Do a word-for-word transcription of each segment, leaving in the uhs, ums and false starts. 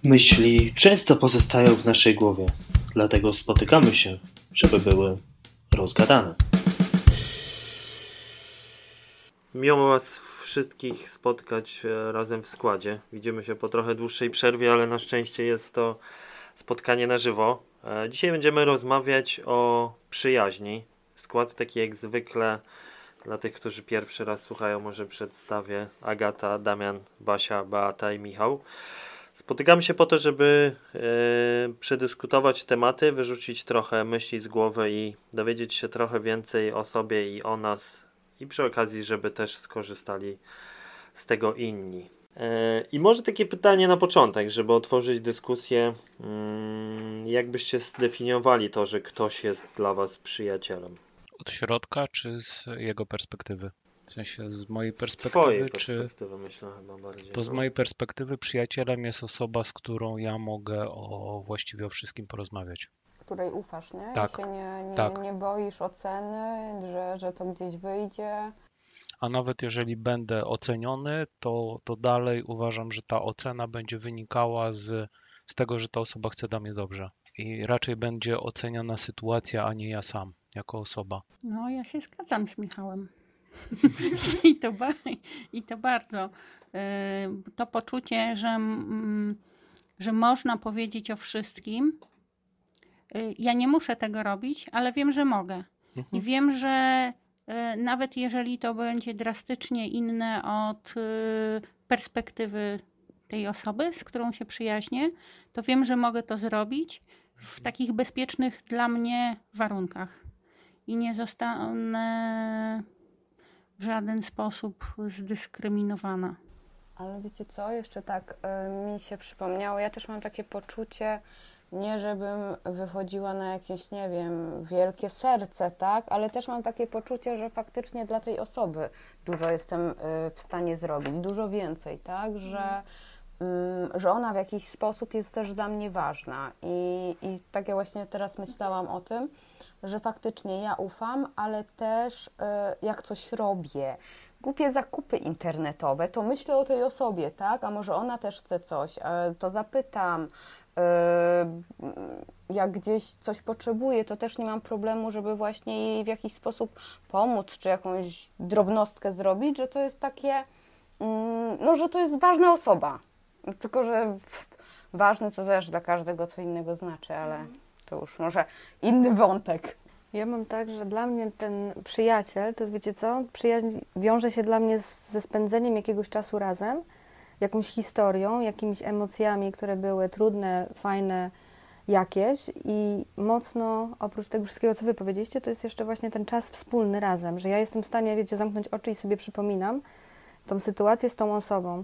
Myśli często pozostają w naszej głowie, dlatego spotykamy się, żeby były rozgadane. Miło Was wszystkich spotkać razem w składzie. Widzimy się po trochę dłuższej przerwie, ale na szczęście jest to spotkanie na żywo. Dzisiaj będziemy rozmawiać o przyjaźni. Skład taki jak zwykle, dla tych, którzy pierwszy raz słuchają, może przedstawię: Agata, Damian, Basia, Beata i Michał. Spotykamy się po to, żeby yy, przedyskutować tematy, wyrzucić trochę myśli z głowy i dowiedzieć się trochę więcej o sobie i o nas, i przy okazji, żeby też skorzystali z tego inni. Yy, I może takie pytanie na początek, żeby otworzyć dyskusję. Yy, jak byście zdefiniowali to, że ktoś jest dla Was przyjacielem? Od środka, czy z jego perspektywy? W sensie z mojej perspektywy, Z twojej czy... perspektywy myślę chyba bardziej. To z no. mojej perspektywy przyjacielem jest osoba, z którą ja mogę o właściwie o wszystkim porozmawiać. Której ufasz, nie? Tak, I się nie, nie, tak. nie boisz oceny, że, że to gdzieś wyjdzie. A nawet jeżeli będę oceniony, to, to dalej uważam, że ta ocena będzie wynikała z, z tego, że ta osoba chce dla mnie dobrze. I raczej będzie oceniana sytuacja, a nie ja sam, jako osoba. No, ja się zgadzam z Michałem. I, to ba- I to bardzo. Yy, To poczucie, że, mm, że można powiedzieć o wszystkim. Yy, Ja nie muszę tego robić, ale wiem, że mogę. Mhm. I wiem, że yy, nawet jeżeli to będzie drastycznie inne od yy, perspektywy tej osoby, z którą się przyjaźnię, to wiem, że mogę to zrobić w takich bezpiecznych dla mnie warunkach. I nie zostanę w żaden sposób zdyskryminowana. Ale wiecie co, jeszcze tak y, mi się przypomniało, ja też mam takie poczucie, nie żebym wychodziła na jakieś, nie wiem, wielkie serce, tak, ale też mam takie poczucie, że faktycznie dla tej osoby dużo jestem y, w stanie zrobić, dużo więcej, tak, że, y, że ona w jakiś sposób jest też dla mnie ważna. I, i tak ja właśnie teraz myślałam o tym, że faktycznie ja ufam, ale też y, jak coś robię, głupie zakupy internetowe, to myślę o tej osobie, tak? A może ona też chce coś, y, to zapytam. Y, jak gdzieś coś potrzebuję, to też nie mam problemu, żeby właśnie jej w jakiś sposób pomóc, czy jakąś drobnostkę zrobić, że to jest takie, mm, no, że to jest ważna osoba. Tylko, że ważny to też dla każdego co innego znaczy, ale to już może inny wątek. Ja mam tak, że dla mnie ten przyjaciel, to jest, wiecie co, przyjaźń wiąże się dla mnie z, ze spędzeniem jakiegoś czasu razem, jakąś historią, jakimiś emocjami, które były trudne, fajne jakieś i mocno, oprócz tego wszystkiego, co wy powiedzieliście, to jest jeszcze właśnie ten czas wspólny razem, że ja jestem w stanie, wiecie, zamknąć oczy i sobie przypominam tą sytuację z tą osobą.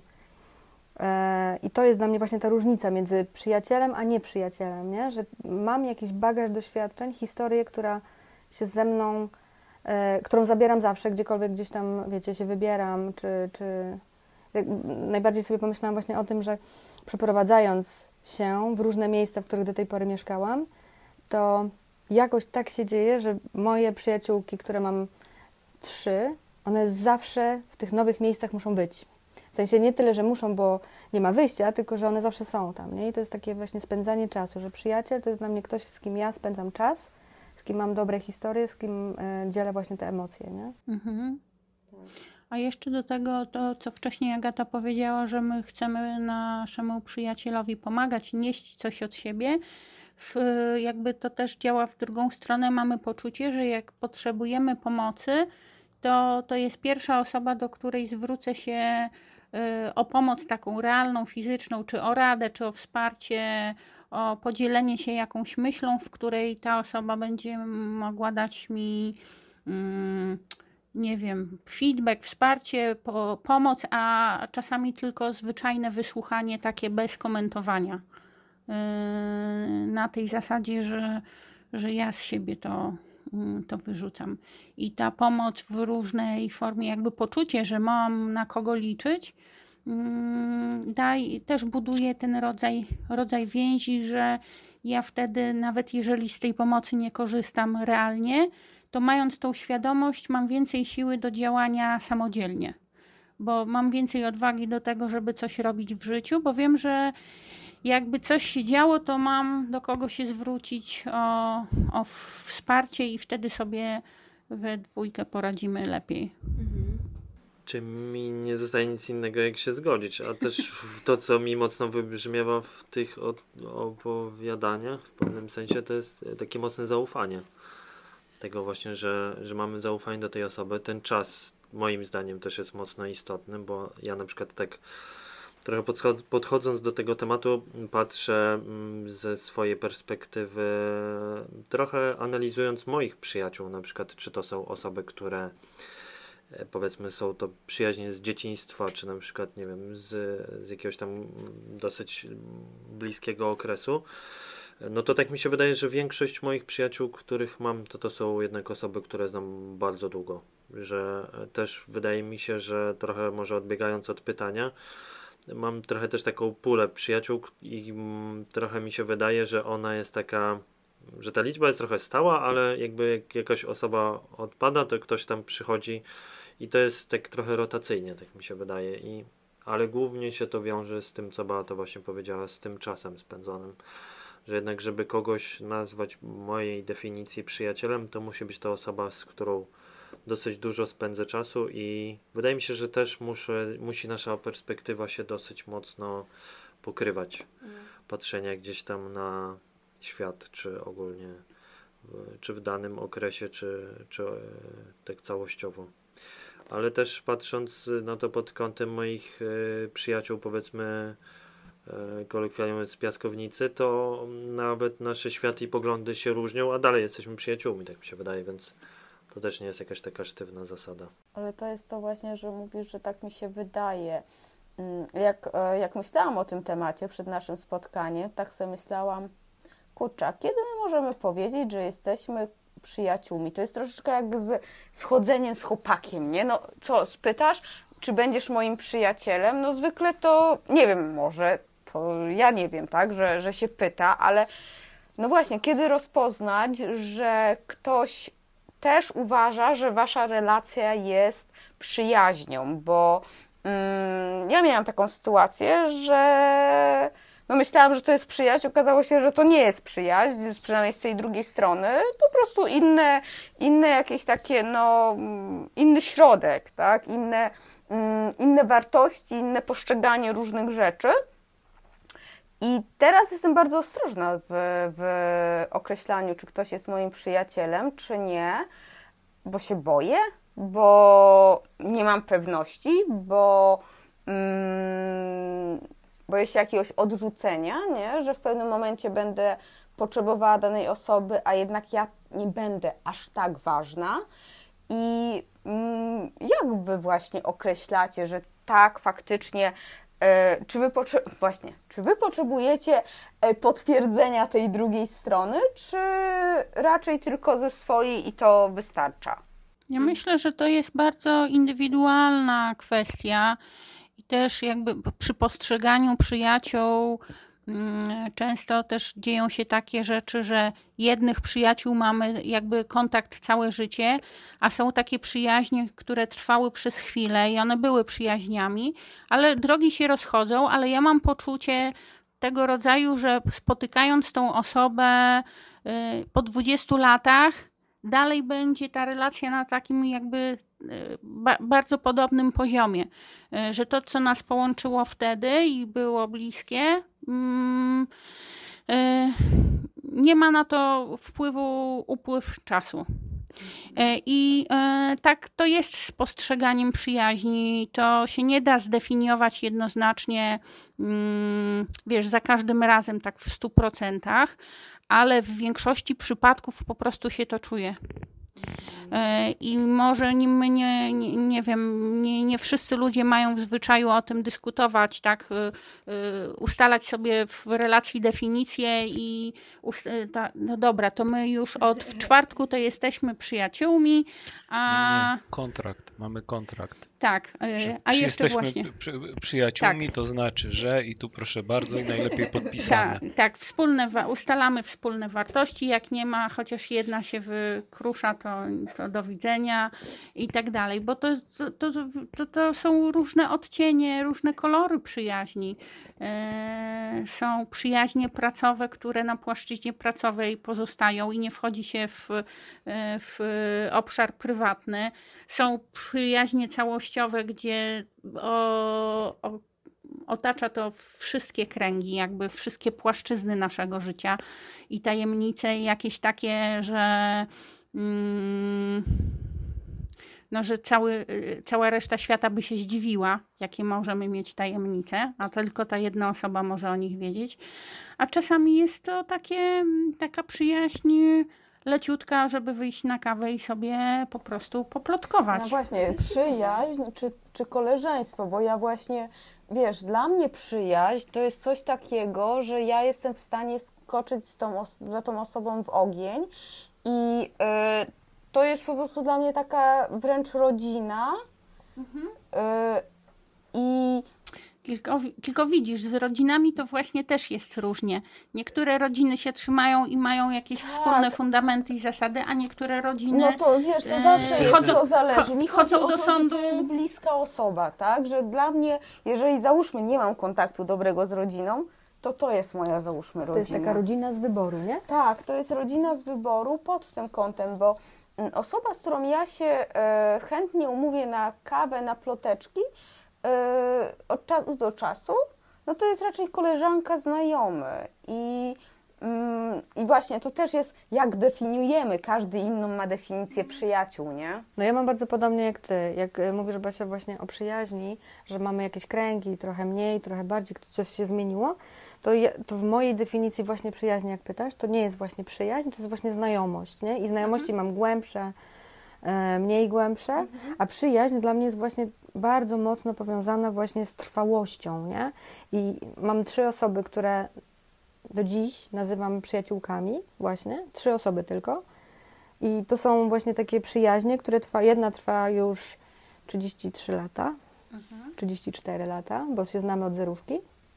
I to jest dla mnie właśnie ta różnica między przyjacielem a nieprzyjacielem, nie? Że mam jakiś bagaż doświadczeń, historię, która się ze mną, e, którą zabieram zawsze, gdziekolwiek gdzieś tam, wiecie, się wybieram, czy, czy... Najbardziej sobie pomyślałam właśnie o tym, że przeprowadzając się w różne miejsca, w których do tej pory mieszkałam, to jakoś tak się dzieje, że moje przyjaciółki, które mam trzy, one zawsze w tych nowych miejscach muszą być. W sensie nie tyle, że muszą, bo nie ma wyjścia, tylko że one zawsze są tam, nie? I to jest takie właśnie spędzanie czasu, że przyjaciel to jest dla mnie ktoś, z kim ja spędzam czas, z kim mam dobre historie, z kim e, dzielę właśnie te emocje, nie? Mhm. A jeszcze do tego to, co wcześniej Agata powiedziała, że my chcemy naszemu przyjacielowi pomagać, nieść coś od siebie. W, jakby to też działa w drugą stronę. Mamy poczucie, że jak potrzebujemy pomocy, to, to jest pierwsza osoba, do której zwrócę się y, o pomoc taką realną, fizyczną, czy o radę, czy o wsparcie, o podzielenie się jakąś myślą, w której ta osoba będzie mogła dać mi, mm, nie wiem, feedback, wsparcie, po, pomoc, a czasami tylko zwyczajne wysłuchanie takie bez komentowania. Yy, na tej zasadzie, że, że ja z siebie to, yy, to wyrzucam. I ta pomoc w różnej formie, jakby poczucie, że mam na kogo liczyć, yy, daj, też buduje ten rodzaj, rodzaj więzi, że ja wtedy, nawet jeżeli z tej pomocy nie korzystam realnie, to mając tą świadomość, mam więcej siły do działania samodzielnie. Bo mam więcej odwagi do tego, żeby coś robić w życiu, bo wiem, że jakby coś się działo, to mam do kogo się zwrócić o, o wsparcie i wtedy sobie we dwójkę poradzimy lepiej. Czy mi nie zostaje nic innego, jak się zgodzić, a też to, co mi mocno wybrzmiewa w tych opowiadaniach, w pewnym sensie, to jest takie mocne zaufanie. Tego właśnie, że, że mamy zaufanie do tej osoby. Ten czas, moim zdaniem, też jest mocno istotny, bo ja na przykład tak trochę podchod- podchodząc do tego tematu, patrzę ze swojej perspektywy, trochę analizując moich przyjaciół, na przykład czy to są osoby, które powiedzmy są to przyjaźnie z dzieciństwa, czy na przykład, nie wiem, z, z jakiegoś tam dosyć bliskiego okresu, no to tak mi się wydaje, że większość moich przyjaciół, których mam, to to są jednak osoby, które znam bardzo długo. Że też wydaje mi się, że trochę może odbiegając od pytania, mam trochę też taką pulę przyjaciół i trochę mi się wydaje, że ona jest taka, że ta liczba jest trochę stała, ale jakby jak jakaś osoba odpada, to ktoś tam przychodzi i to jest tak trochę rotacyjnie, tak mi się wydaje. I, ale głównie się to wiąże z tym, co Beata właśnie powiedziała, z tym czasem spędzonym. Że jednak, żeby kogoś nazwać mojej definicji przyjacielem, to musi być to osoba, z którą dosyć dużo spędzę czasu i wydaje mi się, że też muszę, musi nasza perspektywa się dosyć mocno pokrywać. Mm. Patrzenia gdzieś tam na świat, czy ogólnie, w, czy w danym okresie, czy, czy tak całościowo. Ale też patrząc na to pod kątem moich y, przyjaciół, powiedzmy y, kolokwialnie z piaskownicy, to nawet nasze światy i poglądy się różnią, a dalej jesteśmy przyjaciółmi, tak mi się wydaje, więc to też nie jest jakaś taka sztywna zasada. Ale to jest to właśnie, że mówisz, że tak mi się wydaje. Jak, jak myślałam o tym temacie przed naszym spotkaniem, tak sobie myślałam, kurczę, a kiedy my możemy powiedzieć, że jesteśmy przyjaciółmi? To jest troszeczkę jak z, z chodzeniem z chłopakiem, nie? No co, spytasz, czy będziesz moim przyjacielem? No zwykle to, nie wiem, może, to ja nie wiem, tak, że, że się pyta, ale no właśnie, kiedy rozpoznać, że ktoś też uważa, że wasza relacja jest przyjaźnią, bo mm, ja miałam taką sytuację, że no myślałam, że to jest przyjaźń, okazało się, że to nie jest przyjaźń, przynajmniej z tej drugiej strony, po prostu inne, inne jakieś takie, no, inny środek, tak, inne, mm, inne wartości, inne postrzeganie różnych rzeczy. I teraz jestem bardzo ostrożna w, w określaniu, czy ktoś jest moim przyjacielem, czy nie, bo się boję, bo nie mam pewności, bo mm, boję się jakiegoś odrzucenia, nie? Że w pewnym momencie będę potrzebowała danej osoby, a jednak ja nie będę aż tak ważna. I mm, jak wy właśnie określacie, że tak faktycznie Czy wy, potrze- właśnie, czy wy potrzebujecie potwierdzenia tej drugiej strony, czy raczej tylko ze swojej i to wystarcza? Ja myślę, że to jest bardzo indywidualna kwestia i też jakby przy postrzeganiu przyjaciół często też dzieją się takie rzeczy, że jednych przyjaciół mamy jakby kontakt całe życie, a są takie przyjaźnie, które trwały przez chwilę i one były przyjaźniami, ale drogi się rozchodzą, ale ja mam poczucie tego rodzaju, że spotykając tą osobę po dwudziestu latach, dalej będzie ta relacja na takim jakby ba- bardzo podobnym poziomie, że to, co nas połączyło wtedy i było bliskie, mm, y, nie ma na to wpływu upływ czasu. I tak to jest z postrzeganiem przyjaźni. To się nie da zdefiniować jednoznacznie, wiesz, za każdym razem tak w stu procentach, ale w większości przypadków po prostu się to czuje. I może nie, nie, nie, nie wiem, nie, nie wszyscy ludzie mają w zwyczaju o tym dyskutować, tak, ustalać sobie w relacji definicję i ust- ta, no dobra, to my już od w czwartku to jesteśmy przyjaciółmi, a... Nie, kontrakt, mamy kontrakt. Tak, Że a jeszcze jesteśmy właśnie... Przy, przyjaciółmi, tak. To znaczy, że i tu proszę bardzo i najlepiej podpisane. Tak, tak, wspólne, ustalamy wspólne wartości, jak nie ma, chociaż jedna się wykrusza, to to do widzenia i tak dalej, bo to, to, to, to, to są różne odcienie, różne kolory przyjaźni. E, są przyjaźnie pracowe, które na płaszczyźnie pracowej pozostają i nie wchodzi się w, w obszar prywatny. Są przyjaźnie całościowe, gdzie o, o, otacza to wszystkie kręgi, jakby wszystkie płaszczyzny naszego życia i tajemnice jakieś takie, że mm, no, że cały, cała reszta świata by się zdziwiła, jakie możemy mieć tajemnice, a tylko ta jedna osoba może o nich wiedzieć. A czasami jest to takie, taka przyjaźń leciutka, żeby wyjść na kawę i sobie po prostu poplotkować. No właśnie, przyjaźń czy, czy koleżeństwo, bo ja właśnie, wiesz, dla mnie przyjaźń to jest coś takiego, że ja jestem w stanie skoczyć z tą, za tą osobą w ogień i yy, to jest po prostu dla mnie taka wręcz rodzina. Mhm. Yy, i Tylko, tylko widzisz, z rodzinami to właśnie też jest różnie. Niektóre rodziny się trzymają i mają jakieś tak. wspólne fundamenty i zasady, a niektóre rodziny... No to wiesz, to zawsze e, jest, chodzą, to zależy. Mi chodzą chodzi o do to, sądu. Że to jest bliska osoba, tak? Że dla mnie, jeżeli załóżmy nie mam kontaktu dobrego z rodziną, to to jest moja, załóżmy, rodzina. To jest taka rodzina z wyboru, nie? Tak, to jest rodzina z wyboru pod tym kątem, bo osoba, z którą ja się e, chętnie umówię na kawę, na ploteczki, e, od czasu do czasu, no to jest raczej koleżanka, znajomy. I, mm, I właśnie to też jest, jak definiujemy, każdy inną ma definicję przyjaciół, nie? No ja mam bardzo podobnie jak ty, jak mówisz, Basia, właśnie o przyjaźni, że mamy jakieś kręgi, trochę mniej, trochę bardziej, coś się zmieniło, to, je, to w mojej definicji właśnie przyjaźni, jak pytasz, to nie jest właśnie przyjaźń, to jest właśnie znajomość, nie? I znajomości mhm. mam głębsze, e, mniej głębsze, mhm. a przyjaźń dla mnie jest właśnie bardzo mocno powiązana właśnie z trwałością, nie? I mam trzy osoby, które do dziś nazywam przyjaciółkami, właśnie, trzy osoby tylko. I to są właśnie takie przyjaźnie, które trwa, jedna trwa już trzydzieści trzy lata, mhm. trzydzieści cztery lata, bo się znamy od zerówki,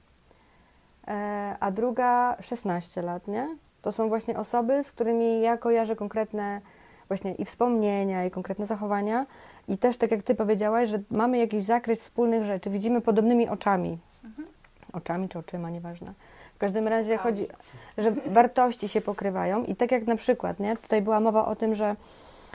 e, a druga szesnaście lat, nie? To są właśnie osoby, z którymi ja kojarzę konkretne właśnie i wspomnienia, i konkretne zachowania. I też, tak jak ty powiedziałaś, że mamy jakiś zakres wspólnych rzeczy, widzimy podobnymi oczami. Mhm. Oczami czy oczyma, nieważne. W każdym razie chodzi, że wartości się pokrywają i tak jak na przykład, nie, tutaj była mowa o tym, że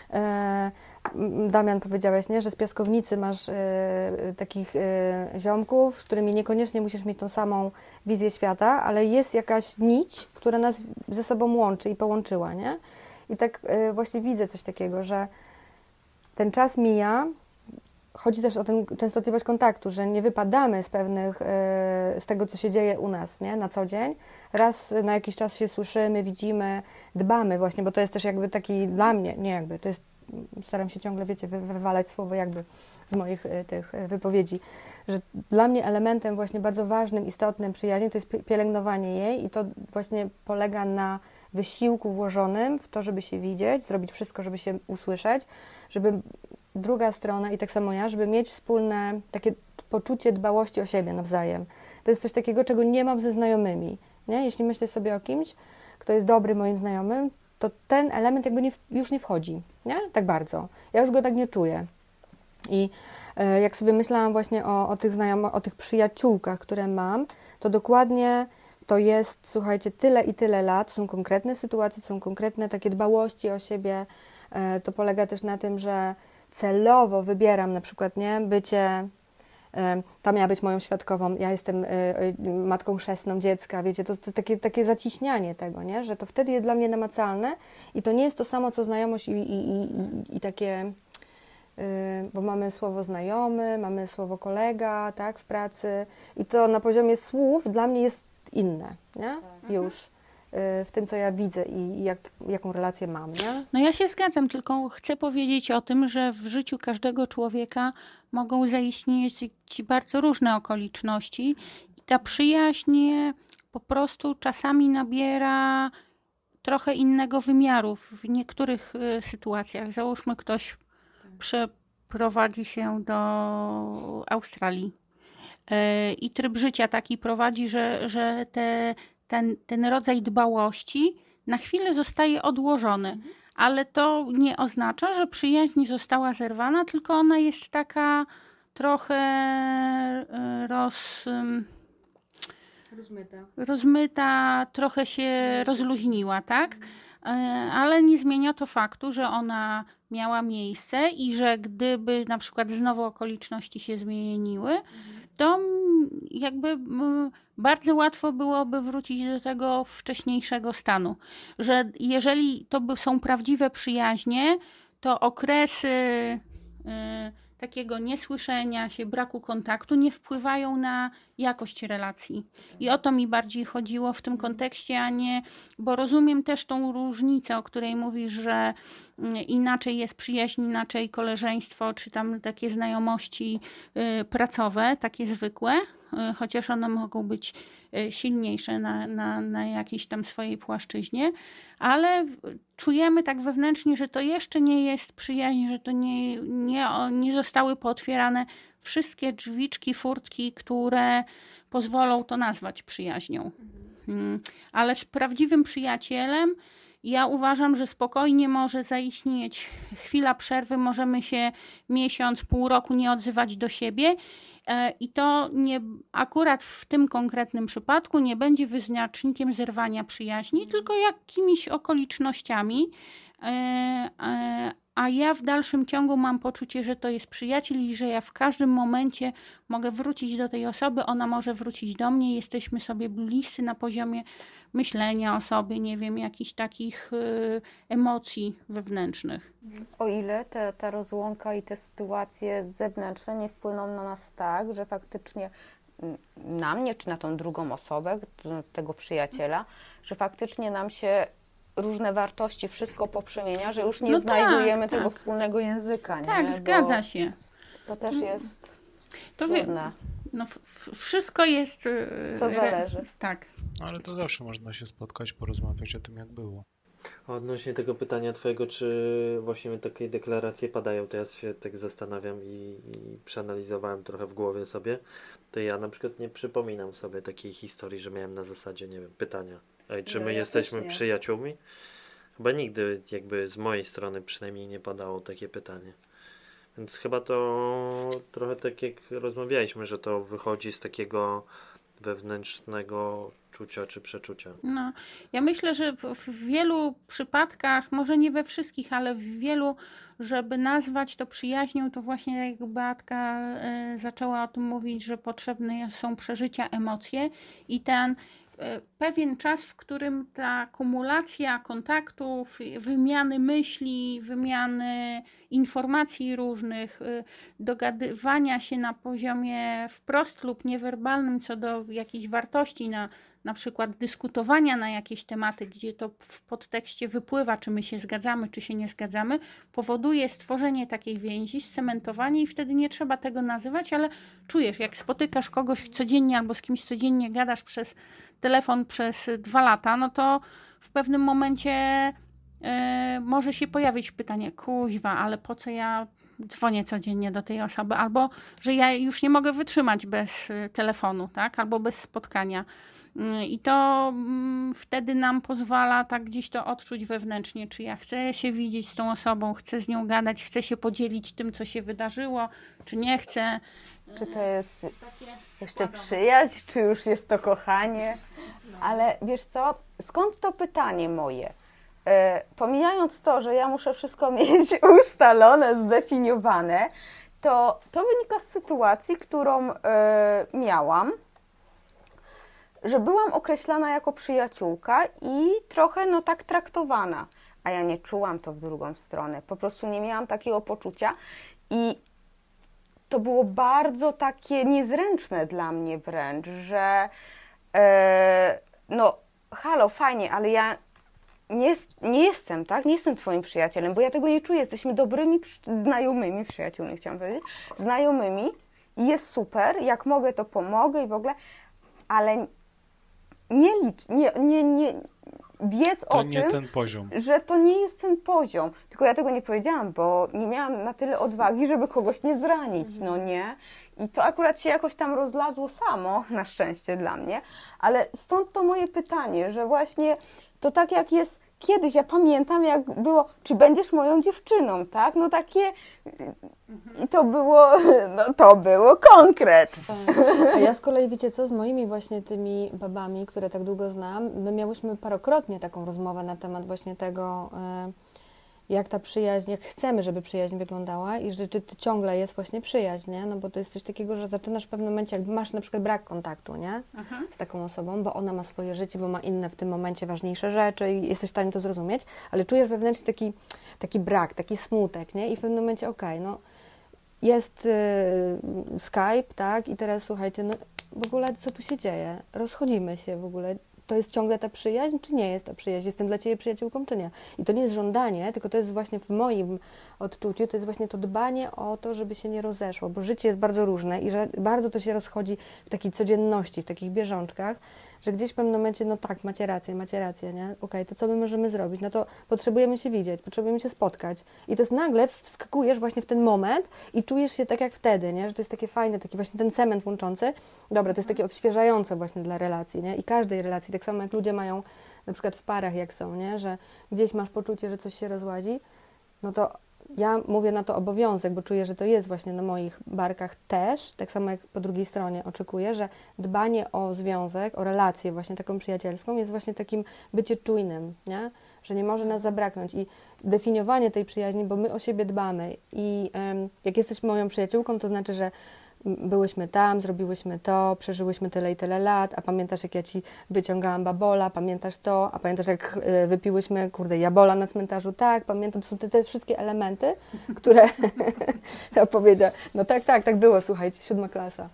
e, Damian powiedziałeś, nie, że z piaskownicy masz e, takich e, ziomków, z którymi niekoniecznie musisz mieć tą samą wizję świata, ale jest jakaś nić, która nas ze sobą łączy i połączyła, nie? I tak e, właśnie widzę coś takiego, że ten czas mija. Chodzi też o tę częstotliwość kontaktu, że nie wypadamy z pewnych, z tego, co się dzieje u nas, nie, na co dzień. Raz na jakiś czas się słyszymy, widzimy, dbamy właśnie, bo to jest też jakby taki dla mnie, nie jakby, to jest, staram się ciągle, wiecie, wywalać słowo jakby z moich tych wypowiedzi, że dla mnie elementem właśnie bardzo ważnym, istotnym przyjaźni to jest pielęgnowanie jej i to właśnie polega na wysiłku włożonym w to, żeby się widzieć, zrobić wszystko, żeby się usłyszeć, żeby druga strona i tak samo ja, żeby mieć wspólne takie poczucie dbałości o siebie nawzajem. To jest coś takiego, czego nie mam ze znajomymi, nie? Jeśli myślę sobie o kimś, kto jest dobry moim znajomym, to ten element jakby nie, już nie wchodzi, nie? Tak bardzo. Ja już go tak nie czuję. I e, jak sobie myślałam właśnie o, o tych znajomych, o tych przyjaciółkach, które mam, to dokładnie to jest, słuchajcie, tyle i tyle lat, są konkretne sytuacje, są konkretne takie dbałości o siebie. E, to polega też na tym, że celowo wybieram na przykład, nie, bycie, y, ta miała być moją świadkową, ja jestem y, y, matką chrzestną dziecka, wiecie, to, to takie, takie zaciśnianie tego, nie, że to wtedy jest dla mnie namacalne i to nie jest to samo, co znajomość i, i, i, i takie, y, bo mamy słowo znajomy, mamy słowo kolega, tak, w pracy i to na poziomie słów dla mnie jest inne, nie, już. W tym, co ja widzę i jak, jaką relację mam, nie? No ja się zgadzam, tylko chcę powiedzieć o tym, że w życiu każdego człowieka mogą zaistnieć bardzo różne okoliczności i ta przyjaźń po prostu czasami nabiera trochę innego wymiaru w niektórych sytuacjach. Załóżmy, ktoś przeprowadzi się do Australii i tryb życia taki prowadzi, że, że te Ten, ten rodzaj dbałości na chwilę zostaje odłożony, ale to nie oznacza, że przyjaźń została zerwana, tylko ona jest taka trochę roz... Rozmyta. rozmyta, trochę się rozluźniła, tak? Ale nie zmienia to faktu, że ona miała miejsce i że gdyby na przykład znowu okoliczności się zmieniły, to jakby bardzo łatwo byłoby wrócić do tego wcześniejszego stanu. Że jeżeli to są prawdziwe przyjaźnie, to okresy takiego niesłyszenia się, braku kontaktu nie wpływają na jakość relacji. I o to mi bardziej chodziło w tym kontekście, a nie, bo rozumiem też tą różnicę, o której mówisz, że inaczej jest przyjaźń, inaczej koleżeństwo, czy tam takie znajomości y, pracowe, takie zwykłe, y, chociaż one mogą być y, silniejsze na, na, na jakiejś tam swojej płaszczyźnie, ale czujemy tak wewnętrznie, że to jeszcze nie jest przyjaźń, że to nie, nie, nie zostały pootwierane wszystkie drzwiczki, furtki, które pozwolą to nazwać przyjaźnią. Hmm. Ale z prawdziwym przyjacielem ja uważam, że spokojnie może zaistnieć chwila przerwy, możemy się miesiąc, pół roku nie odzywać do siebie i to nie, akurat w tym konkretnym przypadku nie będzie wyznacznikiem zerwania przyjaźni, tylko jakimiś okolicznościami, a ja w dalszym ciągu mam poczucie, że to jest przyjaciel i że ja w każdym momencie mogę wrócić do tej osoby, ona może wrócić do mnie, jesteśmy sobie bliscy na poziomie myślenia o sobie, nie wiem, jakichś takich y, emocji wewnętrznych. O ile te, ta rozłąka i te sytuacje zewnętrzne nie wpłyną na nas tak, że faktycznie na mnie, czy na tą drugą osobę, tego przyjaciela, że faktycznie nam się różne wartości, wszystko poprzemienia, że już nie no znajdujemy tak, tego tak. wspólnego języka. Tak, nie? zgadza Bo się. To też jest to wie, trudne. No, f- wszystko jest... Yy, To zależy. Tak. Ale to zawsze można się spotkać, porozmawiać o tym, jak było. Odnośnie tego pytania twojego, czy właśnie takie deklaracje padają, to ja się tak zastanawiam i, i przeanalizowałem trochę w głowie sobie, to ja na przykład nie przypominam sobie takiej historii, że miałem na zasadzie, nie wiem, pytania. Ej, czy No, my ja jesteśmy też nie. przyjaciółmi? Chyba nigdy jakby z mojej strony przynajmniej nie padało takie pytanie. Więc chyba to trochę tak jak rozmawialiśmy, że to wychodzi z takiego wewnętrznego czucia czy przeczucia. No, ja myślę, że w, w wielu przypadkach, może nie we wszystkich, ale w wielu, żeby nazwać to przyjaźnią, to właśnie jak Beatka y, zaczęła o tym mówić, że potrzebne są przeżycia, emocje i ten pewien czas, w którym ta kumulacja kontaktów, wymiany myśli, wymiany informacji różnych, dogadywania się na poziomie wprost lub niewerbalnym co do jakichś wartości, na, na przykład dyskutowania na jakieś tematy, gdzie to w podtekście wypływa, czy my się zgadzamy, czy się nie zgadzamy, powoduje stworzenie takiej więzi, scementowanie i wtedy nie trzeba tego nazywać, ale czujesz, jak spotykasz kogoś codziennie albo z kimś codziennie gadasz przez telefon przez dwa lata, no to w pewnym momencie yy, może się pojawić pytanie, kuźwa, ale po co ja dzwonię codziennie do tej osoby, albo że ja już nie mogę wytrzymać bez y, telefonu, tak, albo bez spotkania. Yy, I to yy, wtedy nam pozwala tak gdzieś to odczuć wewnętrznie, czy ja chcę się widzieć z tą osobą, chcę z nią gadać, chcę się podzielić tym, co się wydarzyło, czy nie chcę. Czy to jest jeszcze przyjaźń, czy już jest to kochanie? Ale wiesz co, skąd to pytanie moje? E, pomijając to, że ja muszę wszystko mieć ustalone, zdefiniowane, to to wynika z sytuacji, którą e, miałam, że byłam określana jako przyjaciółka i trochę no tak traktowana, a ja nie czułam to w drugą stronę, po prostu nie miałam takiego poczucia i to było bardzo takie niezręczne dla mnie wręcz, że e, no halo, fajnie, ale ja nie, nie jestem, tak? Nie jestem twoim przyjacielem, bo ja tego nie czuję. Jesteśmy dobrymi przy, znajomymi, przyjaciółmi chciałam powiedzieć, znajomymi i jest super, jak mogę, to pomogę i w ogóle, ale nie licz, nie, nie, nie wiedz To o nie tym, ten poziom. że to nie jest ten poziom. Tylko ja tego nie powiedziałam, bo nie miałam na tyle odwagi, żeby kogoś nie zranić, no nie? I to akurat się jakoś tam rozlazło samo, na szczęście dla mnie. Ale stąd to moje pytanie, że właśnie to tak jak jest kiedyś, ja pamiętam, jak było, czy będziesz moją dziewczyną, tak? No takie, i to było, no to było konkret. Tak. A ja z kolei, wiecie co, z moimi właśnie tymi babami, które tak długo znam, my miałyśmy parokrotnie taką rozmowę na temat właśnie tego, jak ta przyjaźń, jak chcemy, żeby przyjaźń wyglądała i że czy to ciągle jest właśnie przyjaźń, nie? No bo to jest coś takiego, że zaczynasz w pewnym momencie, jakby masz na przykład brak kontaktu, nie? Mhm. Z taką osobą, bo ona ma swoje życie, bo ma inne w tym momencie ważniejsze rzeczy i jesteś w stanie to zrozumieć, ale czujesz wewnętrznie taki, taki brak, taki smutek, nie? I w pewnym momencie, okej, okay, no jest y, Skype, tak? I teraz słuchajcie, no w ogóle co tu się dzieje? Rozchodzimy się w ogóle. To jest ciągle ta przyjaźń, czy nie jest ta przyjaźń? Jestem dla Ciebie przyjaciółką, czy nie? I to nie jest żądanie, tylko to jest właśnie w moim odczuciu, to jest właśnie to dbanie o to, żeby się nie rozeszło, bo życie jest bardzo różne i że bardzo to się rozchodzi w takiej codzienności, w takich bieżączkach, że gdzieś w pewnym momencie, no tak, macie rację, macie rację, nie? Okej, okay, to co my możemy zrobić? No to potrzebujemy się widzieć, potrzebujemy się spotkać. I to jest nagle, wskakujesz właśnie w ten moment i czujesz się tak jak wtedy, nie? Że to jest takie fajne, taki właśnie ten cement łączący. Dobra, to jest takie odświeżające właśnie dla relacji, nie? I każdej relacji, tak samo jak ludzie mają na przykład w parach, jak są, nie? Że gdzieś masz poczucie, że coś się rozładzi, no to ja mówię na to obowiązek, bo czuję, że to jest właśnie na moich barkach też, tak samo jak po drugiej stronie oczekuję, że dbanie o związek, o relację właśnie taką przyjacielską jest właśnie takim bycie czujnym, nie? Że nie może nas zabraknąć i definiowanie tej przyjaźni, bo my o siebie dbamy i um, jak jesteś moją przyjaciółką, to znaczy, że byłyśmy tam, zrobiłyśmy to, przeżyłyśmy tyle i tyle lat, a pamiętasz, jak ja Ci wyciągałam babola, pamiętasz to, a pamiętasz, jak wypiłyśmy, kurde, jabola na cmentarzu, tak, pamiętam, to są te, te wszystkie elementy, które ja powiedziałam, no tak, tak, tak było, słuchajcie, siódma klasa.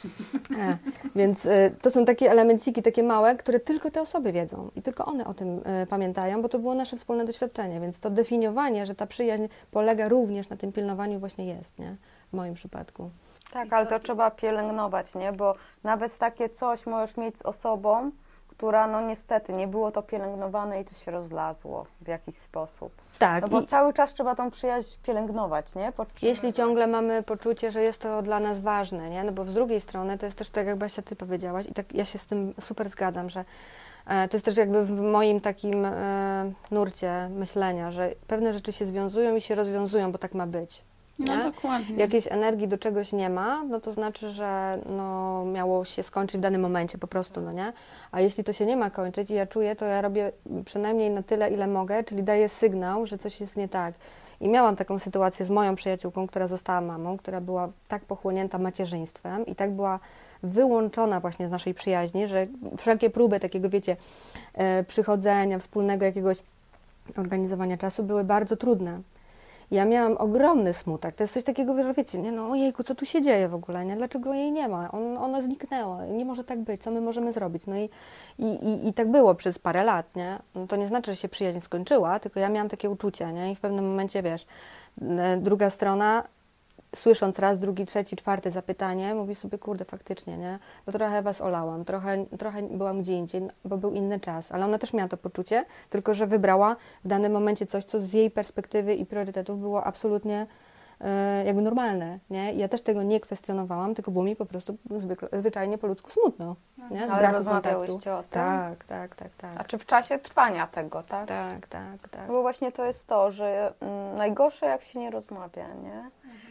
E, więc y, to są takie elemenciki, takie małe, które tylko te osoby wiedzą i tylko one o tym y, pamiętają, bo to było nasze wspólne doświadczenie, więc to definiowanie, że ta przyjaźń polega również na tym pilnowaniu właśnie jest, nie? W moim przypadku. Tak, ale to trzeba pielęgnować, nie? Bo nawet takie coś możesz mieć z osobą, która no niestety nie było to pielęgnowane i to się rozlazło w jakiś sposób. Tak. No bo i cały czas trzeba tą przyjaźń pielęgnować, nie? Podtrzymywać. Jeśli ciągle mamy poczucie, że jest to dla nas ważne, nie? No bo z drugiej strony to jest też tak, jak Basia, Ty powiedziałaś i tak ja się z tym super zgadzam, że e, to jest też jakby w moim takim e, nurcie myślenia, że pewne rzeczy się związują i się rozwiązują, bo tak ma być. No Nie? dokładnie. Jakiejś energii do czegoś nie ma, no to znaczy, że no, miało się skończyć w danym momencie po prostu, no nie? A jeśli to się nie ma kończyć i ja czuję, to ja robię przynajmniej na tyle, ile mogę, czyli daję sygnał, że coś jest nie tak. I miałam taką sytuację z moją przyjaciółką, która została mamą, która była tak pochłonięta macierzyństwem i tak była wyłączona właśnie z naszej przyjaźni, że wszelkie próby takiego, wiecie, e, przychodzenia, wspólnego jakiegoś organizowania czasu były bardzo trudne. Ja miałam ogromny smutek. To jest coś takiego, że wiecie, nie, no ojejku, co tu się dzieje w ogóle, nie? Dlaczego jej nie ma? On, ona zniknęła, nie może tak być, co my możemy zrobić? No i, i, i, i tak było przez parę lat, nie? No to nie znaczy, że się przyjaźń skończyła, tylko ja miałam takie uczucie, nie? I w pewnym momencie, wiesz, druga strona, słysząc raz, drugi, trzeci, czwarty zapytanie, mówi sobie, kurde, faktycznie, nie? No trochę was olałam, trochę, trochę byłam gdzie indziej, bo był inny czas, ale ona też miała to poczucie, tylko że wybrała w danym momencie coś, co z jej perspektywy i priorytetów było absolutnie e, jakby normalne, nie? I ja też tego nie kwestionowałam, tylko było mi po prostu zwykle, zwyczajnie po ludzku smutno, nie? Z Ale braku rozmawiałyście kontaktu. o tym? Tak, tak, tak, tak. A czy w czasie trwania tego, tak? Tak, tak, tak. Bo właśnie to jest to, że mm, najgorsze jak się nie rozmawia, nie?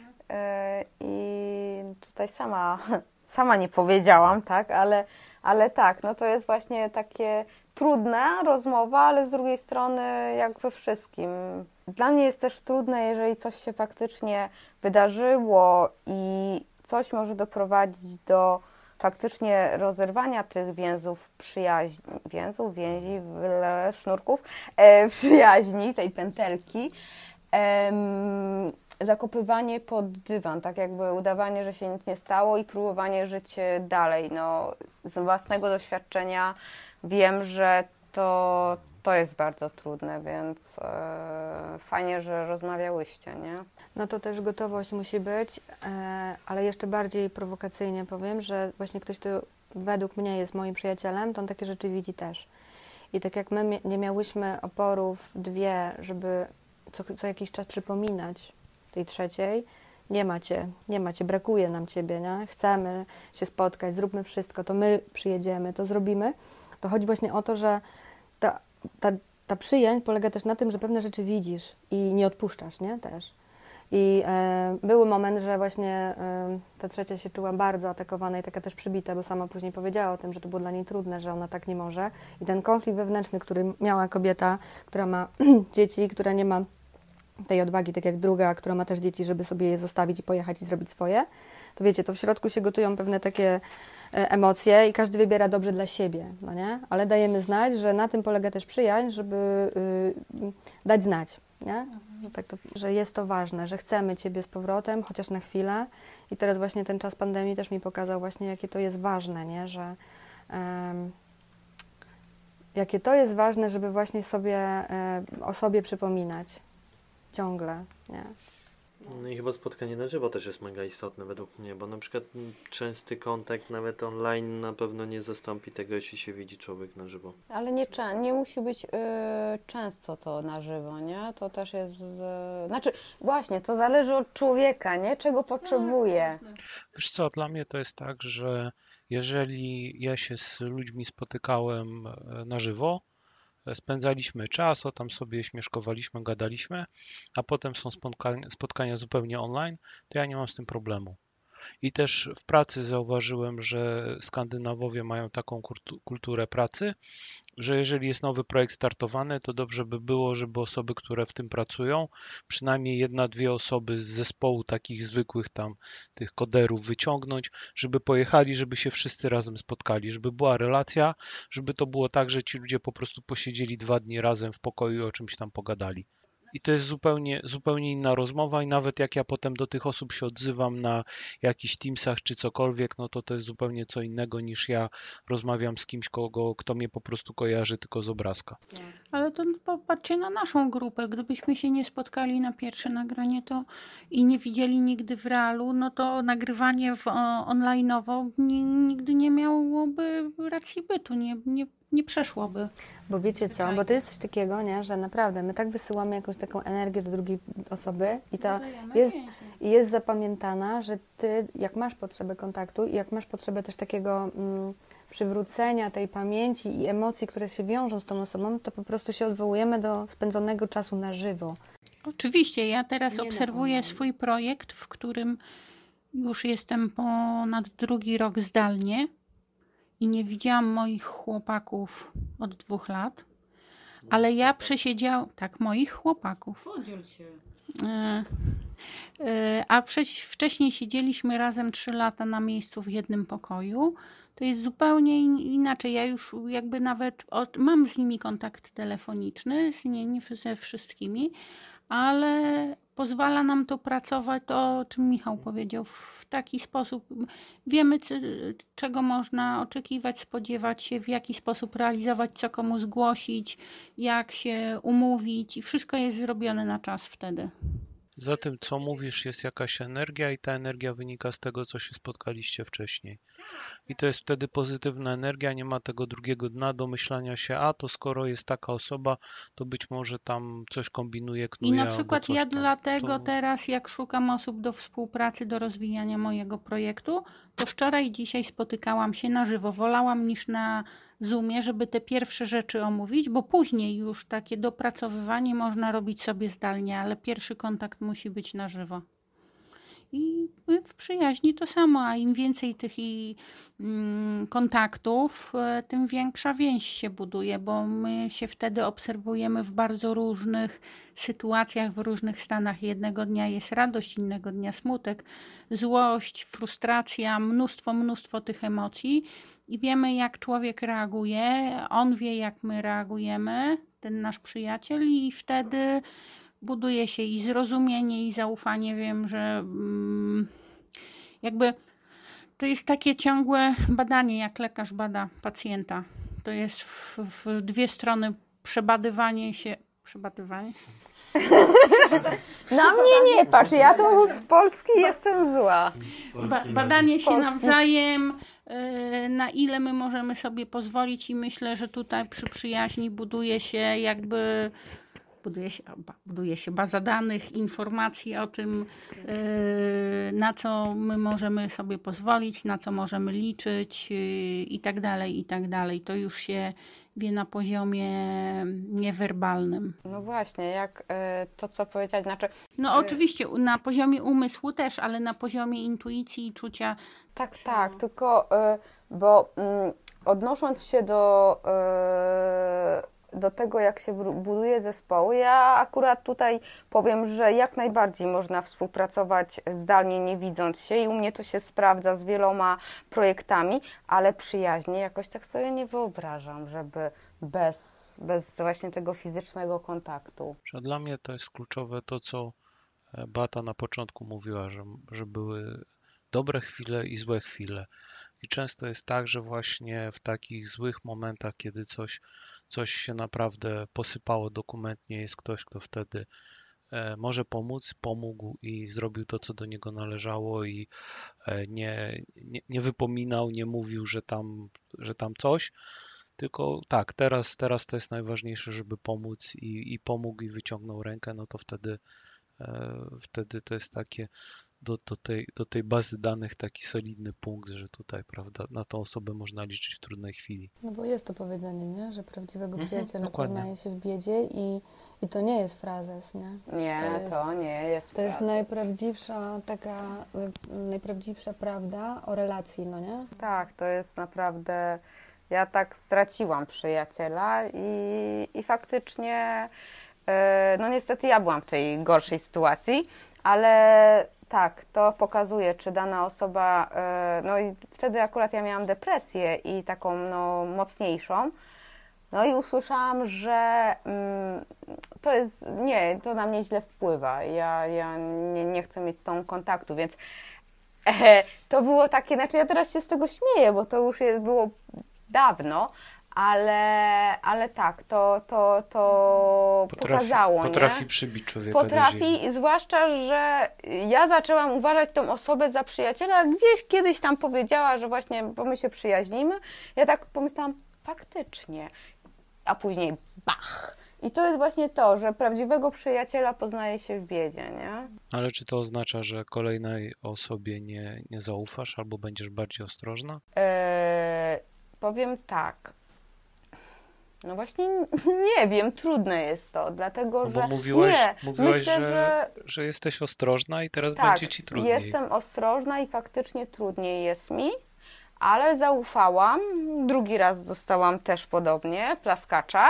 E, I tutaj sama, sama nie powiedziałam, tak? Ale, ale tak, no to jest właśnie takie trudna rozmowa, ale z drugiej strony jak we wszystkim. Dla mnie jest też trudne, jeżeli coś się faktycznie wydarzyło i coś może doprowadzić do faktycznie rozerwania tych więzów przyjaźni, więzów, więzi, sznurków, e, przyjaźni, tej pętelki, e, zakopywanie pod dywan, tak jakby udawanie, że się nic nie stało i próbowanie żyć dalej. No, z własnego doświadczenia wiem, że to, to jest bardzo trudne, więc e, fajnie, że rozmawiałyście, nie? No to też gotowość musi być, e, ale jeszcze bardziej prowokacyjnie powiem, że właśnie ktoś, kto według mnie jest moim przyjacielem, to on takie rzeczy widzi też. I tak jak my nie miałyśmy oporów dwie, żeby co, co jakiś czas przypominać tej trzeciej, nie macie, nie macie, brakuje nam ciebie, nie? Chcemy się spotkać, zróbmy wszystko, to my przyjedziemy, to zrobimy. To chodzi właśnie o to, że ta, ta, ta przyjaźń polega też na tym, że pewne rzeczy widzisz i nie odpuszczasz, nie? Też. I e, był moment, że właśnie e, ta trzecia się czuła bardzo atakowana i taka też przybita, bo sama później powiedziała o tym, że to było dla niej trudne, że ona tak nie może. I ten konflikt wewnętrzny, który miała kobieta, która ma dzieci, która nie ma tej odwagi, tak jak druga, która ma też dzieci, żeby sobie je zostawić i pojechać i zrobić swoje, to wiecie, to w środku się gotują pewne takie e, emocje i każdy wybiera dobrze dla siebie, no nie? Ale dajemy znać, że na tym polega też przyjaźń, żeby y, dać znać, nie? Że, tak to, że jest to ważne, że chcemy Ciebie z powrotem, chociaż na chwilę. I teraz właśnie ten czas pandemii też mi pokazał właśnie, jakie to jest ważne, nie? Że um, jakie to jest ważne, żeby właśnie sobie e, o sobie przypominać ciągle, nie? No i chyba spotkanie na żywo też jest mega istotne według mnie, bo na przykład częsty kontakt nawet online na pewno nie zastąpi tego, jeśli się widzi człowiek na żywo. Ale nie, nie musi być y, często to na żywo, nie? To też jest... Y, znaczy, właśnie, to zależy od człowieka, nie? Czego potrzebuje. Wiesz co, dla mnie to jest tak, że jeżeli ja się z ludźmi spotykałem na żywo, spędzaliśmy czas, o tam sobie śmieszkowaliśmy, gadaliśmy, a potem są spotkania, spotkania zupełnie online, to ja nie mam z tym problemu. I też w pracy zauważyłem, że Skandynawowie mają taką kulturę pracy, że jeżeli jest nowy projekt startowany, to dobrze by było, żeby osoby, które w tym pracują, przynajmniej jedna, dwie osoby z zespołu takich zwykłych tam tych koderów wyciągnąć, żeby pojechali, żeby się wszyscy razem spotkali, żeby była relacja, żeby to było tak, że ci ludzie po prostu posiedzieli dwa dni razem w pokoju i o czymś tam pogadali. I to jest zupełnie, zupełnie inna rozmowa i nawet jak ja potem do tych osób się odzywam na jakichś Teamsach czy cokolwiek, no to to jest zupełnie co innego niż ja rozmawiam z kimś, kogo, kto mnie po prostu kojarzy tylko z obrazka. Ale to popatrzcie na naszą grupę. Gdybyśmy się nie spotkali na pierwsze nagranie to i nie widzieli nigdy w realu, no to nagrywanie w, online'owo nigdy nie miałoby racji bytu, nie, nie nie przeszłoby. Bo wiecie co, bo to jest coś takiego, nie, że naprawdę my tak wysyłamy jakąś taką energię do drugiej osoby i ta jest, jest zapamiętana, że ty jak masz potrzebę kontaktu i jak masz potrzebę też takiego mm, przywrócenia tej pamięci i emocji, które się wiążą z tą osobą, to po prostu się odwołujemy do spędzonego czasu na żywo. Oczywiście, ja teraz Nie obserwuję swój projekt, w którym już jestem ponad drugi rok zdalnie. I nie widziałam moich chłopaków od dwóch lat, ale ja przesiedziałam, tak, moich chłopaków. Podziel się. E, e, a przecież wcześniej siedzieliśmy razem trzy lata na miejscu w jednym pokoju. To jest zupełnie inaczej. Ja już jakby nawet od, mam z nimi kontakt telefoniczny, z nie, nie ze wszystkimi, ale pozwala nam to pracować, to o czym Michał powiedział, w taki sposób. Wiemy, czego można oczekiwać, spodziewać się, w jaki sposób realizować, co komu zgłosić, jak się umówić i wszystko jest zrobione na czas wtedy. Za tym, co mówisz, jest jakaś energia i ta energia wynika z tego, co się spotkaliście wcześniej. I to jest wtedy pozytywna energia, nie ma tego drugiego dna do myślenia się, a to skoro jest taka osoba, to być może tam coś kombinuje, knuje. I na przykład ja tam. dlatego to... teraz, jak szukam osób do współpracy, do rozwijania mojego projektu, to wczoraj i dzisiaj spotykałam się na żywo. Wolałam niż na Zoomie, żeby te pierwsze rzeczy omówić, bo później już takie dopracowywanie można robić sobie zdalnie, ale pierwszy kontakt musi być na żywo. I w przyjaźni to samo, a im więcej tych i, mm, kontaktów, tym większa więź się buduje, bo my się wtedy obserwujemy w bardzo różnych sytuacjach, w różnych stanach. Jednego dnia jest radość, innego dnia smutek, złość, frustracja, mnóstwo, mnóstwo tych emocji i wiemy, jak człowiek reaguje, on wie, jak my reagujemy, ten nasz przyjaciel i wtedy buduje się i zrozumienie, i zaufanie. Wiem, że mm, jakby to jest takie ciągłe badanie, jak lekarz bada pacjenta. To jest w, w dwie strony przebadywanie się... Przebadywanie? Na mnie nie patrz, ja tu w Polski jestem zła. Ba- badanie się Polski. nawzajem, yy, na ile my możemy sobie pozwolić i myślę, że tutaj przy przyjaźni buduje się jakby... Buduje się, buduje się baza danych, informacji o tym, yy, na co my możemy sobie pozwolić, na co możemy liczyć yy, i tak dalej, i tak dalej. To już się wie na poziomie niewerbalnym. No właśnie, jak y, to, co powiedziałeś, znaczy... No oczywiście na poziomie umysłu też, ale na poziomie intuicji i czucia. Tak, tak, tylko, y, bo y, odnosząc się do, y, do tego, jak się buduje zespoły, ja akurat tutaj powiem, że jak najbardziej można współpracować zdalnie, nie widząc się i u mnie to się sprawdza z wieloma projektami, ale przyjaźnie jakoś tak sobie nie wyobrażam, żeby bez, bez właśnie tego fizycznego kontaktu. Że Dla mnie to jest kluczowe to, co Beata na początku mówiła, że, że były dobre chwile i złe chwile. I często jest tak, że właśnie w takich złych momentach, kiedy coś, coś się naprawdę posypało dokumentnie, jest ktoś, kto wtedy e, może pomóc, pomógł i zrobił to, co do niego należało i e, nie, nie, nie wypominał, nie mówił, że tam, że tam coś, tylko tak, teraz, teraz to jest najważniejsze, żeby pomóc i, i pomógł i wyciągnął rękę, no to wtedy, e, wtedy to jest takie do, do, tej, do tej bazy danych taki solidny punkt, że tutaj, prawda, na tą osobę można liczyć w trudnej chwili. No bo jest to powiedzenie, nie? Że prawdziwego Mhm, przyjaciela dokładnie. poznaje się w biedzie i, i to nie jest frazes, nie? Nie, To jest- to nie jest To jest frazes. najprawdziwsza taka, y, najprawdziwsza prawda o relacji, no nie? Tak, to jest naprawdę... Ja tak straciłam przyjaciela i, i faktycznie, e, no niestety ja byłam w tej gorszej sytuacji, ale tak, to pokazuje, czy dana osoba, e, no i wtedy akurat ja miałam depresję i taką no mocniejszą, no i usłyszałam, że mm, to jest, nie, to na mnie źle wpływa, ja, ja nie, nie chcę mieć z tą kontaktu, więc e, to było takie, znaczy ja teraz się z tego śmieję, bo to już jest, było dawno, ale, ale tak, to, to, to pokazało, potrafi nie? przybić człowieka do ziemi. Potrafi, zwłaszcza, że ja zaczęłam uważać tą osobę za przyjaciela, gdzieś kiedyś tam powiedziała, że właśnie, bo my się przyjaźnimy, ja tak pomyślałam, faktycznie, a później bach! I to jest właśnie to, że prawdziwego przyjaciela poznaje się w biedzie, nie? Ale czy to oznacza, że kolejnej osobie nie, nie zaufasz albo będziesz bardziej ostrożna? Eee, powiem tak. No właśnie nie wiem, trudne jest to, dlatego No że bo mówiłaś, nie, mówiłaś myślę, że, że że jesteś ostrożna i teraz tak, będzie ci trudniej. jestem ostrożna i faktycznie trudniej jest mi, ale zaufałam. Drugi raz dostałam też podobnie, plaskacza.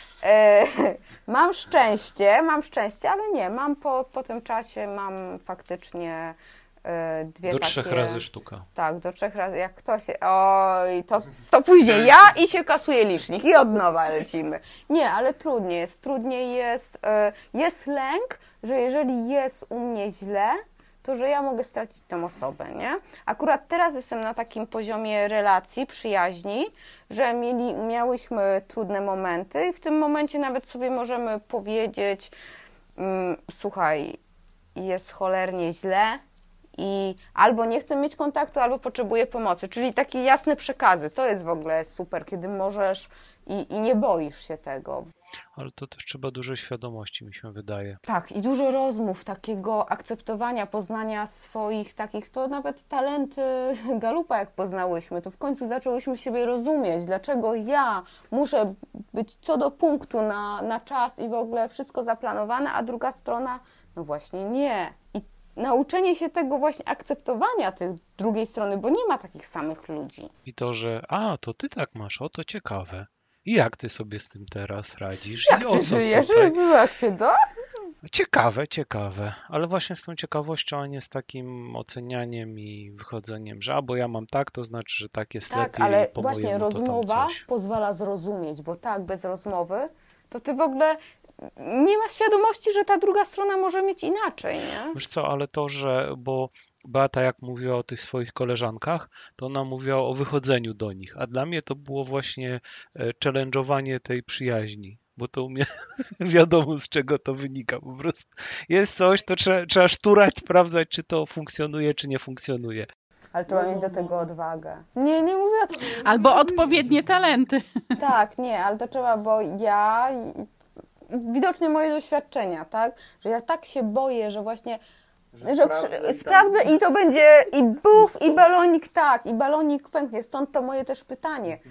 E, mam szczęście, mam szczęście, ale nie, mam po, po tym czasie mam faktycznie e, dwie Do takie... trzech razy sztuka. Tak, do trzech razy. Jak ktoś, oj, to, to później ja i się kasuje licznik i od nowa lecimy. Nie, ale trudniej jest, trudniej jest, e, jest lęk, że jeżeli jest u mnie źle, to że ja mogę stracić tę osobę, nie? Akurat teraz jestem na takim poziomie relacji, przyjaźni, że mieli, miałyśmy trudne momenty i w tym momencie nawet sobie możemy powiedzieć, mm, słuchaj, jest cholernie źle i albo nie chcę mieć kontaktu, albo potrzebuję pomocy, czyli takie jasne przekazy. To jest w ogóle super, kiedy możesz i, i nie boisz się tego. Ale to też trzeba dużo świadomości, mi się wydaje. Tak, i dużo rozmów, takiego akceptowania, poznania swoich takich, to nawet talenty Galupa, jak poznałyśmy, to w końcu zaczęłyśmy siebie rozumieć, dlaczego ja muszę być co do punktu na, na czas i w ogóle wszystko zaplanowane, a druga strona, no właśnie nie. I nauczenie się tego właśnie akceptowania tej drugiej strony, bo nie ma takich samych ludzi. I to, że a, to ty tak masz, o to ciekawe. I jak ty sobie z tym teraz radzisz? Jak I o ty co żyjesz? tutaj? Jak się da? Ciekawe, ciekawe, ale właśnie z tą ciekawością, a nie z takim ocenianiem i wychodzeniem, że a bo ja mam tak, to znaczy, że tak jest Tak, lepiej, ale po właśnie mojemu to tam rozmowa coś. pozwala zrozumieć, bo tak, bez rozmowy, to ty w ogóle nie ma świadomości, że ta druga strona może mieć inaczej, nie? Wiesz co, ale to, że, bo Beata jak mówiła o tych swoich koleżankach, to ona mówiła o wychodzeniu do nich, a dla mnie to było właśnie e, challenge'owanie tej przyjaźni, bo to u mnie wiadomo z czego to wynika, po prostu jest coś, to trzeba, trzeba szturać, sprawdzać, czy to funkcjonuje, czy nie funkcjonuje. Ale trzeba mieć do tego odwagę. Nie, nie mówię o tym. Albo odpowiednie talenty. Tak, nie, ale to trzeba, bo ja, widocznie moje doświadczenia, tak, że ja tak się boję, że właśnie Że, że sprawdzę, przy, sprawdzę i to będzie i buf, i balonik tak, i balonik pęknie. Stąd to moje też pytanie.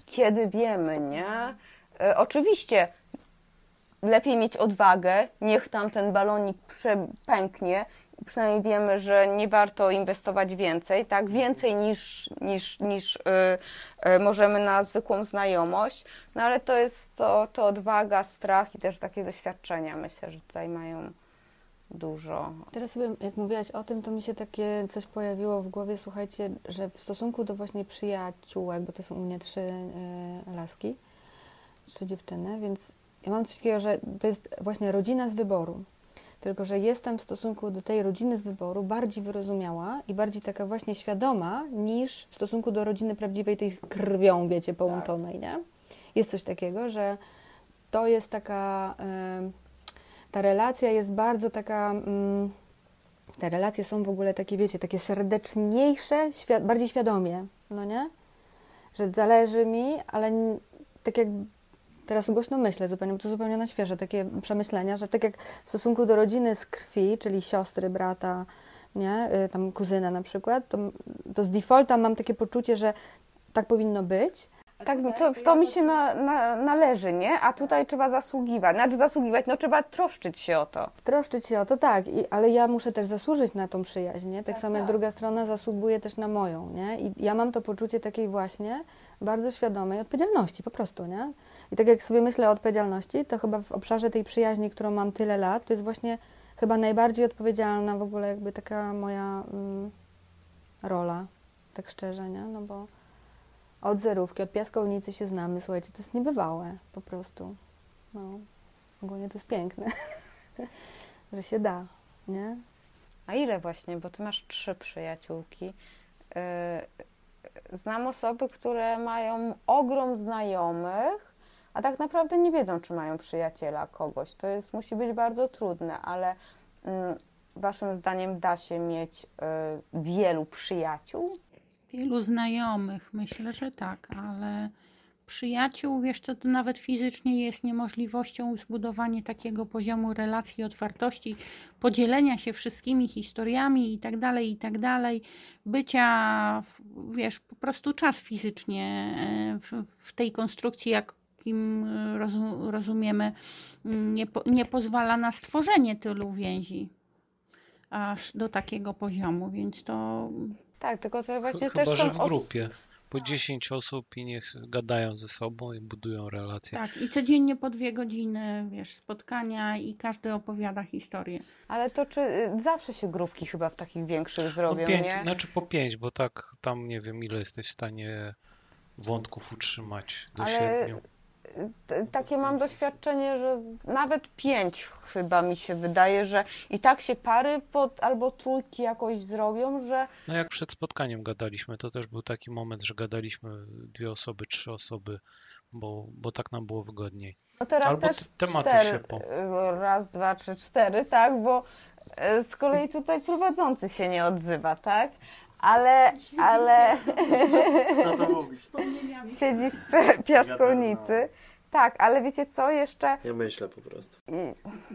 kiedy wiemy, nie? E, oczywiście lepiej mieć odwagę, niech tam ten balonik przepęknie, przynajmniej wiemy, że nie warto inwestować więcej, tak? Więcej niż, niż, niż y, y, możemy na zwykłą znajomość, no ale to jest to, to odwaga, strach i też takie doświadczenia, myślę, że tutaj mają dużo. Teraz sobie, jak mówiłaś o tym, to mi się takie coś pojawiło w głowie, słuchajcie, że w stosunku do właśnie przyjaciółek, bo to są u mnie trzy y, laski, trzy dziewczyny, więc ja mam coś takiego, że to jest właśnie rodzina z wyboru. Tylko że jestem w stosunku do tej rodziny z wyboru bardziej wyrozumiała i bardziej taka właśnie świadoma niż w stosunku do rodziny prawdziwej, tej krwią, wiecie, połączonej, nie? Jest coś takiego, że to jest taka, y, ta relacja jest bardzo taka, y, te relacje są w ogóle takie, wiecie, takie serdeczniejsze, świad bardziej świadomie, no nie? Że zależy mi, ale n- tak jak teraz głośno myślę zupełnie, bo to zupełnie na świeżo, takie przemyślenia, że tak jak w stosunku do rodziny z krwi, czyli siostry, brata, nie, y, tam kuzyna na przykład, to, to z defaulta mam takie poczucie, że tak powinno być. Tak, to, to mi się na, na, należy, nie? A tutaj trzeba zasługiwać. Znaczy zasługiwać, no trzeba troszczyć się o to. Troszczyć się o to, tak, I, ale ja muszę też zasłużyć na tą przyjaźń, nie? Tak, Tak, samo jak tak. druga strona zasługuje też na moją, nie? I ja mam to poczucie takiej właśnie bardzo świadomej odpowiedzialności, po prostu, nie? I tak jak sobie myślę o odpowiedzialności, to chyba w obszarze tej przyjaźni, którą mam tyle lat, to jest właśnie chyba najbardziej odpowiedzialna w ogóle jakby taka moja mm, rola, tak szczerze, nie? No bo od zerówki, od piaskownicy się znamy, słuchajcie, to jest niebywałe po prostu. No, ogólnie to jest piękne, że się da, nie? A ile właśnie, bo ty masz trzy przyjaciółki. Yy, znam osoby, które mają ogrom znajomych, a tak naprawdę nie wiedzą, czy mają przyjaciela, kogoś. To jest, musi być bardzo trudne, ale yy, waszym zdaniem da się mieć yy, wielu przyjaciół? Wielu znajomych, myślę, że tak, ale przyjaciół, wiesz co, to nawet fizycznie jest niemożliwością zbudowanie takiego poziomu relacji, otwartości, podzielenia się wszystkimi historiami i tak dalej, i tak dalej, bycia, wiesz, po prostu czas fizycznie w, w tej konstrukcji, jakim rozu, rozumiemy, nie, po, nie pozwala na stworzenie tylu więzi aż do takiego poziomu, więc to... Tak, tylko to właśnie Chyba, też że są w os- grupie. Po dziesięć osób i niech gadają ze sobą i budują relacje. Tak, i codziennie po dwie godziny, wiesz, spotkania i każdy opowiada historię. Ale to czy y, zawsze się grupki chyba w takich większych No zrobią, pięć, nie? znaczy po pięć, bo tak tam nie wiem ile jesteś w stanie wątków utrzymać do Ale siedmiu. T- takie mam doświadczenie, że nawet pięć chyba mi się wydaje, że i tak się pary pod, albo trójki jakoś zrobią, że No jak przed spotkaniem gadaliśmy, to też był taki moment, że gadaliśmy dwie osoby, trzy osoby, bo, bo tak nam było wygodniej. no teraz Albo też te- tematy cztery, się po- y, raz, dwa, trzy, cztery, tak, bo y, z kolei tutaj prowadzący się nie odzywa, tak? Ale, ale Co to mówi? siedzi w pe- piaskownicy. Tak, ale wiecie co, jeszcze Ja myślę po prostu. I,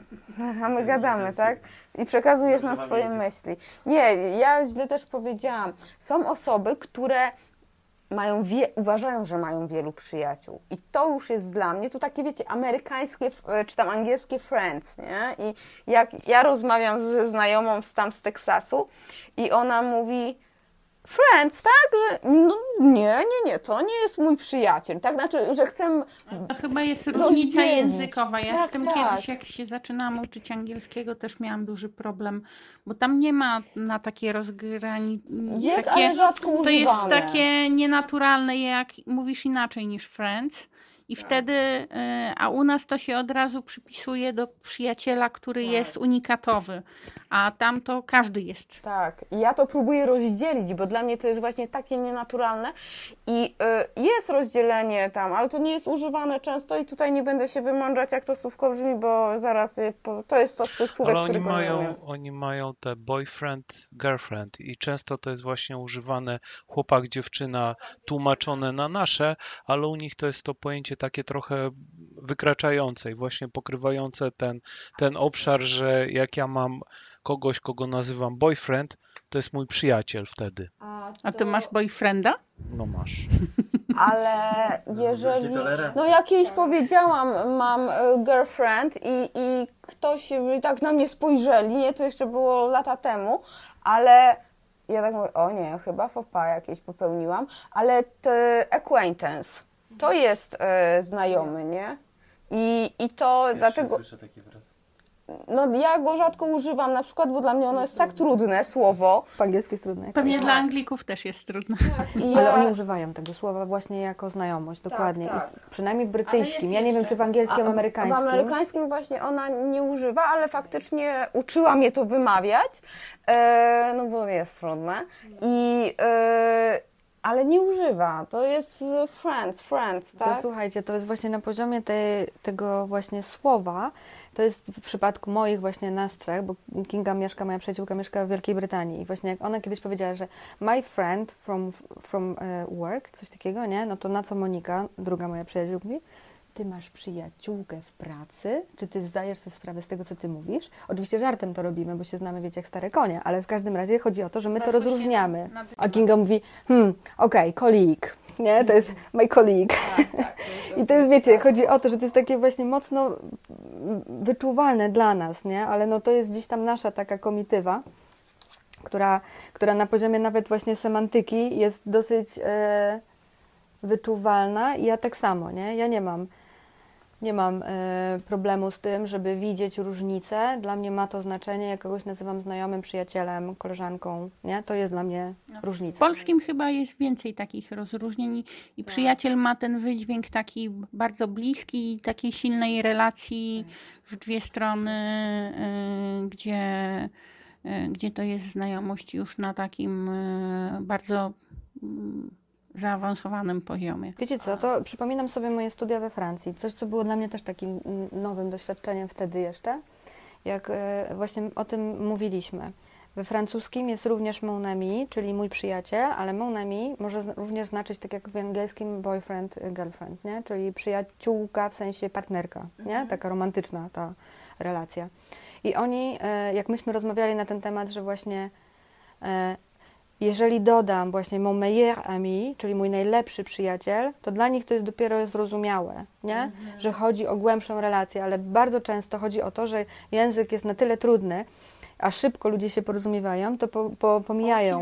a my gadamy, tak? I przekazujesz nam Dobrze swoje wam myśli. Nie, ja źle też powiedziałam. Są osoby, które mają wie, uważają, że mają wielu przyjaciół. I to już jest dla mnie, to takie wiecie, amerykańskie, czy tam angielskie friends, nie? I jak ja rozmawiam ze znajomą z tam z Teksasu i ona mówi friends, tak? Że no nie, nie, nie, to nie jest mój przyjaciel, tak? Znaczy, że chcę... To chyba jest różnica Rozdzielić. językowa. Ja Tak, z tym tak. kiedyś, jak się zaczynałam uczyć angielskiego, też miałam duży problem, bo tam nie ma na takie rozgraniczenie. Jest, takie, ale rzadko to jest używane. takie nienaturalne, jak mówisz inaczej niż friends. I wtedy, y, a u nas to się od razu przypisuje do przyjaciela, który Tak. jest unikatowy, a tam to każdy jest. Tak, i ja to próbuję rozdzielić, bo dla mnie to jest właśnie takie nienaturalne i y, jest rozdzielenie tam, ale to nie jest używane często i tutaj nie będę się wymądrzać, jak to słówko brzmi, bo zaraz y, po, to jest to z tych słówek, Ale oni których nie mają, umiem. oni mają te boyfriend, girlfriend i często to jest właśnie używane chłopak, dziewczyna tłumaczone na nasze, ale u nich to jest to pojęcie takie trochę wykraczające i właśnie pokrywające ten, ten obszar, że jak ja mam kogoś, kogo nazywam boyfriend, to jest mój przyjaciel wtedy. A ty masz boyfrienda? No masz. Ale jeżeli... No ja kiedyś powiedziałam, mam e, girlfriend i, i ktoś e, tak na mnie spojrzeli, nie, to jeszcze było lata temu, ale ja tak mówię, o nie, chyba faux pas jakieś popełniłam, ale to acquaintance, to jest e, znajomy, nie? I, i to Pierwszy dlatego... słyszę taki wyraz. No ja go rzadko używam na przykład, bo dla mnie ono jest tak trudne słowo. Po angielsku jest trudne. Pewnie dla Anglików też jest trudne. I Ale ja- oni używają tego słowa właśnie jako znajomość, dokładnie. tak. I przynajmniej w Ale brytyjskim. jest Ja nie wiem, jeszcze. czy w angielskim, A amerykańskim. W amerykańskim właśnie ona nie używa, ale faktycznie uczyła mnie to wymawiać, e, no bo jest trudne. I, e, ale nie używa. To jest friends, friends, To tak? słuchajcie, to jest właśnie na poziomie tej, tego właśnie słowa, to jest w przypadku moich właśnie nas trzech, bo Kinga mieszka, moja przyjaciółka mieszka w Wielkiej Brytanii i właśnie jak ona kiedyś powiedziała, że my friend from, from uh, work, coś takiego, nie? No to na co Monika, druga moja przyjaciółka mówi, ty masz przyjaciółkę w pracy, czy ty zdajesz sobie sprawę z tego, co ty mówisz? Oczywiście żartem to robimy, bo się znamy, wiecie, jak stare konie, ale w każdym razie chodzi o to, że my to rozróżniamy. A Kinga mówi, hmm, okej, okay, colleague, nie? To jest my colleague. I to jest, wiecie, chodzi o to, że to jest takie właśnie mocno wyczuwalne dla nas, nie? Ale no to jest gdzieś tam nasza taka komitywa, która, która na poziomie nawet właśnie semantyki jest dosyć e, wyczuwalna i ja tak samo, nie? Ja nie mam, nie mam e, problemu z tym, żeby widzieć różnicę. Dla mnie ma to znaczenie, jak kogoś nazywam znajomym, przyjacielem, koleżanką, nie? To jest dla mnie W różnica. polskim chyba jest więcej takich rozróżnień i, i przyjaciel ma ten wydźwięk taki bardzo bliski i takiej silnej relacji w dwie strony, y, gdzie, y, gdzie to jest znajomość już na takim y, bardzo y, zaawansowanym poziomie. Wiecie co, to przypominam sobie moje studia we Francji. Coś, co było dla mnie też takim mm, nowym doświadczeniem wtedy jeszcze, jak e, właśnie o tym mówiliśmy. We francuskim jest również mon ami, czyli mój przyjaciel, ale mon ami może zna- również znaczyć, tak jak w angielskim, boyfriend, girlfriend, nie? Czyli przyjaciółka w sensie partnerka, nie? Taka romantyczna ta relacja. I oni, e, jak myśmy rozmawiali na ten temat, że właśnie e, jeżeli dodam właśnie mon meilleur ami, czyli mój najlepszy przyjaciel, to dla nich to jest dopiero zrozumiałe, nie? Że chodzi o głębszą relację, ale bardzo często chodzi o to, że język jest na tyle trudny, a szybko ludzie się porozumiewają, to po, po, pomijają.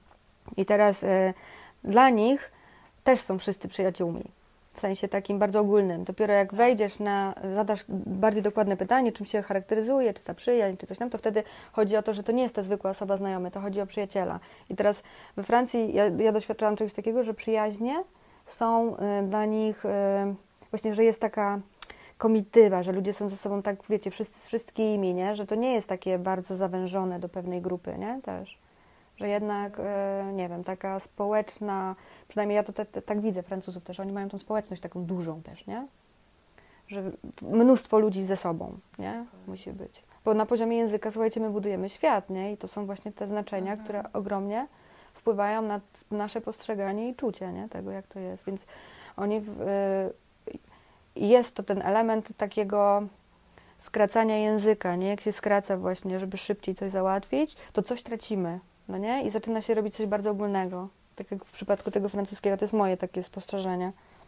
I teraz y, dla nich też są wszyscy przyjaciółmi. W sensie takim bardzo ogólnym. Dopiero jak wejdziesz na, zadasz bardziej dokładne pytanie, czym się charakteryzuje, czy ta przyjaźń, czy coś tam, to wtedy chodzi o to, że to nie jest ta zwykła osoba znajomy, to chodzi o przyjaciela. I teraz we Francji ja, ja doświadczałam czegoś takiego, że przyjaźnie są y, dla nich, y, właśnie, że jest taka komitywa, że ludzie są ze sobą tak, wiecie, wszyscy z wszystkimi, nie? Że to nie jest takie bardzo zawężone do pewnej grupy, nie? Też. Że jednak, e, nie wiem, taka społeczna, przynajmniej ja to te, te, tak widzę Francuzów też, oni mają tą społeczność taką dużą też, nie? Że mnóstwo ludzi ze sobą, nie? Musi być. Bo na poziomie języka, słuchajcie, my budujemy świat, nie? I to są właśnie te znaczenia, mhm. które ogromnie wpływają na nasze postrzeganie i czucie, nie? Tego, jak to jest. Więc oni, w, y, jest to ten element takiego skracania języka, nie? Jak się skraca właśnie, żeby szybciej coś załatwić, to coś tracimy. No nie? I zaczyna się robić coś bardzo ogólnego. Tak jak w przypadku tego francuskiego, to jest moje takie spostrzeżenie.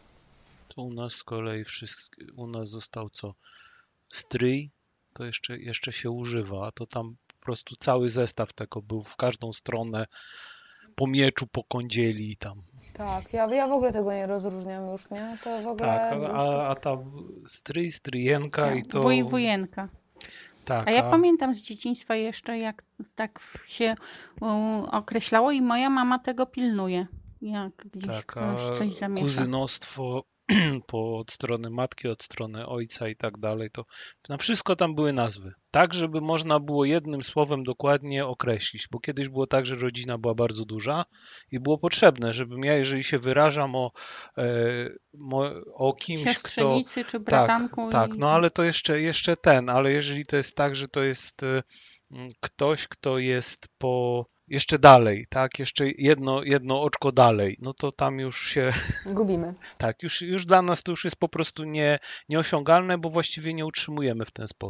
To u nas z kolei wszystko, u nas został co? Stryj, to jeszcze, jeszcze się używa, a to tam po prostu cały zestaw tego był w każdą stronę, po mieczu, po kądzieli tam. Tak, ja, ja w ogóle tego nie rozróżniam już, nie? To w ogóle... Tak, a, a ta stryj, stryjenka Tak, i to... wuj, wujenka. Tak, A ja pamiętam z dzieciństwa jeszcze, jak tak się um, określało i moja mama tego pilnuje, jak gdzieś tak, ktoś coś zamiesza. Kuzynostwo po, od strony matki, od strony ojca i tak dalej, to na wszystko tam były nazwy. Tak, żeby można było jednym słowem dokładnie określić, bo kiedyś było tak, że rodzina była bardzo duża i było potrzebne, żebym ja, jeżeli się wyrażam o, e, mo, o kimś, Siostrzenicy kto... czy bratanku. Tak, tak, i... no ale to jeszcze, jeszcze ten, ale jeżeli to jest tak, że to jest e, ktoś, kto jest po... jeszcze dalej, tak, jeszcze jedno, jedno oczko dalej, no to tam już się... Gubimy. Tak, już, już dla nas to już jest po prostu nie, nieosiągalne, bo właściwie nie utrzymujemy w ten sposób.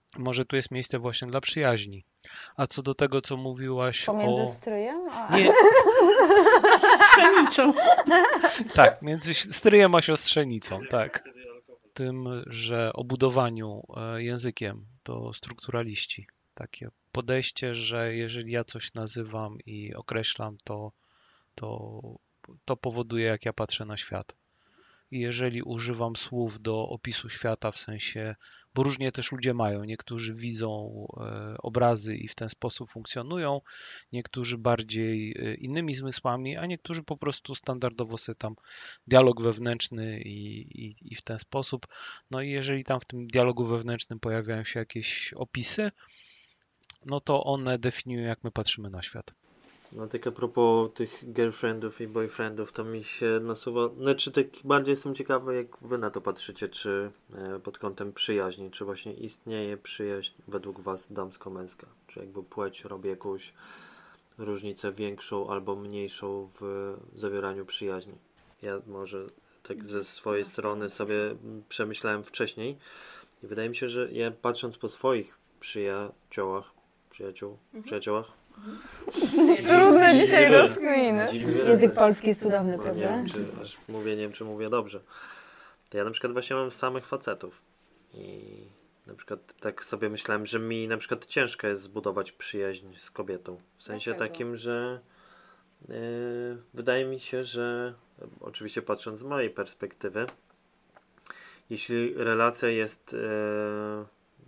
może tu jest miejsce właśnie dla przyjaźni. A co do tego, co mówiłaś Pomiędzy o... stryjem a... Nie, Pszenicą. tak, między stryjem a siostrzenicą, tak. Tym, że o budowaniu e, językiem to strukturaliści. Takie podejście, że jeżeli ja coś nazywam i określam, to, to, to powoduje, jak ja patrzę na świat. I jeżeli używam słów do opisu świata, w sensie, bo różnie też ludzie mają, niektórzy widzą e, obrazy i w ten sposób funkcjonują, niektórzy bardziej e, innymi zmysłami, a niektórzy po prostu standardowo sobie tam dialog wewnętrzny i, i, i w ten sposób. No i jeżeli tam w tym dialogu wewnętrznym pojawiają się jakieś opisy, no to one definiują, jak my patrzymy na świat. No tak a propos tych girlfriendów i boyfriendów, to mi się nasuwa, znaczy tak bardziej jestem ciekawy, jak wy na to patrzycie, czy e, pod kątem przyjaźni, czy właśnie istnieje przyjaźń według was damsko-męska, czy jakby płeć robi jakąś różnicę większą albo mniejszą w zawieraniu przyjaźni. Ja może tak ze swojej strony sobie przemyślałem wcześniej i wydaje mi się, że ja patrząc po swoich przyjaciołach, przyjaciół, przyjaciołach, Trudne dzisiaj rozkminy. Język polski jest cudowny, No, prawda? nie wiem, czy aż mówię, nie wiem, czy mówię dobrze. To ja na przykład właśnie mam samych facetów. I na przykład tak sobie myślałem, że mi na przykład ciężko jest zbudować przyjaźń z kobietą. W sensie Dlaczego? takim, że yy, wydaje mi się, że oczywiście patrząc z mojej perspektywy, jeśli relacja jest yy,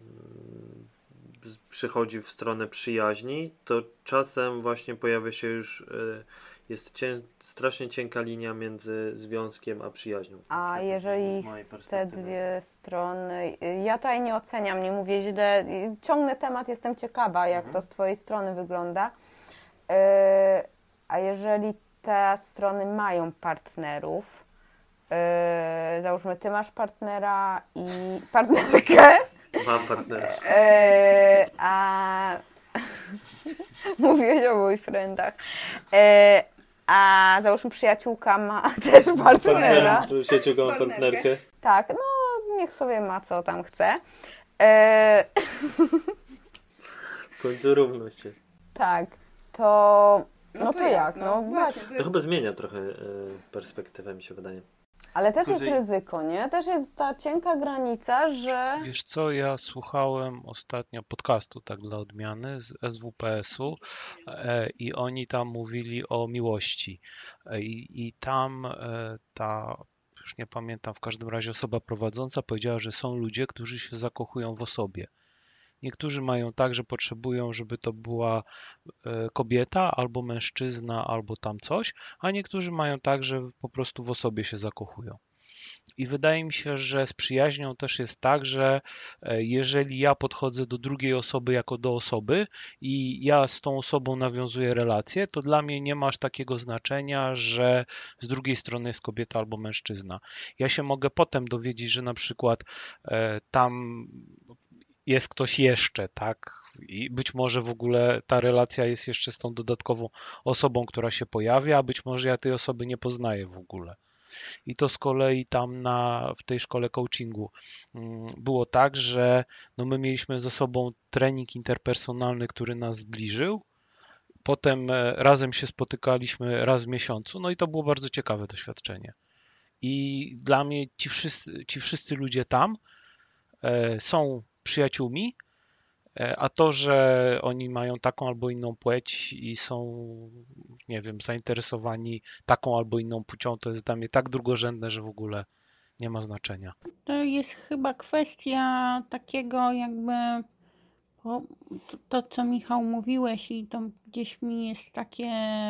przychodzi w stronę przyjaźni, to czasem właśnie pojawia się już, y, jest cię, strasznie cienka linia między związkiem a przyjaźnią. A jeżeli Z mojej te perspektywy. dwie strony, ja tutaj nie oceniam, nie mówię źle, ciągnę temat, jestem ciekawa, jak Mhm. to z twojej strony wygląda. Yy, a jeżeli te strony mają partnerów, yy, załóżmy, ty masz partnera i partnerkę, Mam partnera. yy, a mówiłeś o boyfriendach, yy, a załóżmy przyjaciółka ma też partnera. Przyjaciółka ma partnerkę. Tak, no niech sobie ma co tam chce. E, W końcu równość jest. tak, to no to jak? No właśnie. To chyba zmienia trochę y, perspektywę, mi się wydaje. Ale też jest Później- ryzyko, nie? Też jest ta cienka granica, że Wiesz co, ja słuchałem ostatnio podcastu, tak dla odmiany, z S W P S-u e, i oni tam mówili o miłości. E, I, i tam e, ta, już nie pamiętam, w każdym razie osoba prowadząca powiedziała, że są ludzie, którzy się zakochują w osobie. Niektórzy mają tak, że potrzebują, żeby to była e, kobieta, albo mężczyzna, albo tam coś, a niektórzy mają tak, że po prostu w osobie się zakochują. I wydaje mi się, że z przyjaźnią też jest tak, że e, jeżeli ja podchodzę do drugiej osoby jako do osoby i ja z tą osobą nawiązuję relację, to dla mnie nie ma aż takiego znaczenia, że z drugiej strony jest kobieta albo mężczyzna. Ja się mogę potem dowiedzieć, że na przykład e, tam jest ktoś jeszcze, tak? I być może w ogóle ta relacja jest jeszcze z tą dodatkową osobą, która się pojawia, a być może ja tej osoby nie poznaję w ogóle. I to z kolei tam na, w tej szkole coachingu mm, było tak, że no my mieliśmy ze sobą trening interpersonalny, który nas zbliżył. Potem e, razem się spotykaliśmy raz w miesiącu, no i to było bardzo ciekawe doświadczenie. I dla mnie ci wszyscy, ci wszyscy ludzie tam e, są przyjaciółmi, e, a to, że oni mają taką albo inną płeć i są, nie wiem, zainteresowani taką albo inną płcią, to jest dla mnie tak drugorzędne, że w ogóle nie ma znaczenia. To jest chyba kwestia takiego jakby po, to, to, co Michał mówiłeś i to gdzieś mi jest takie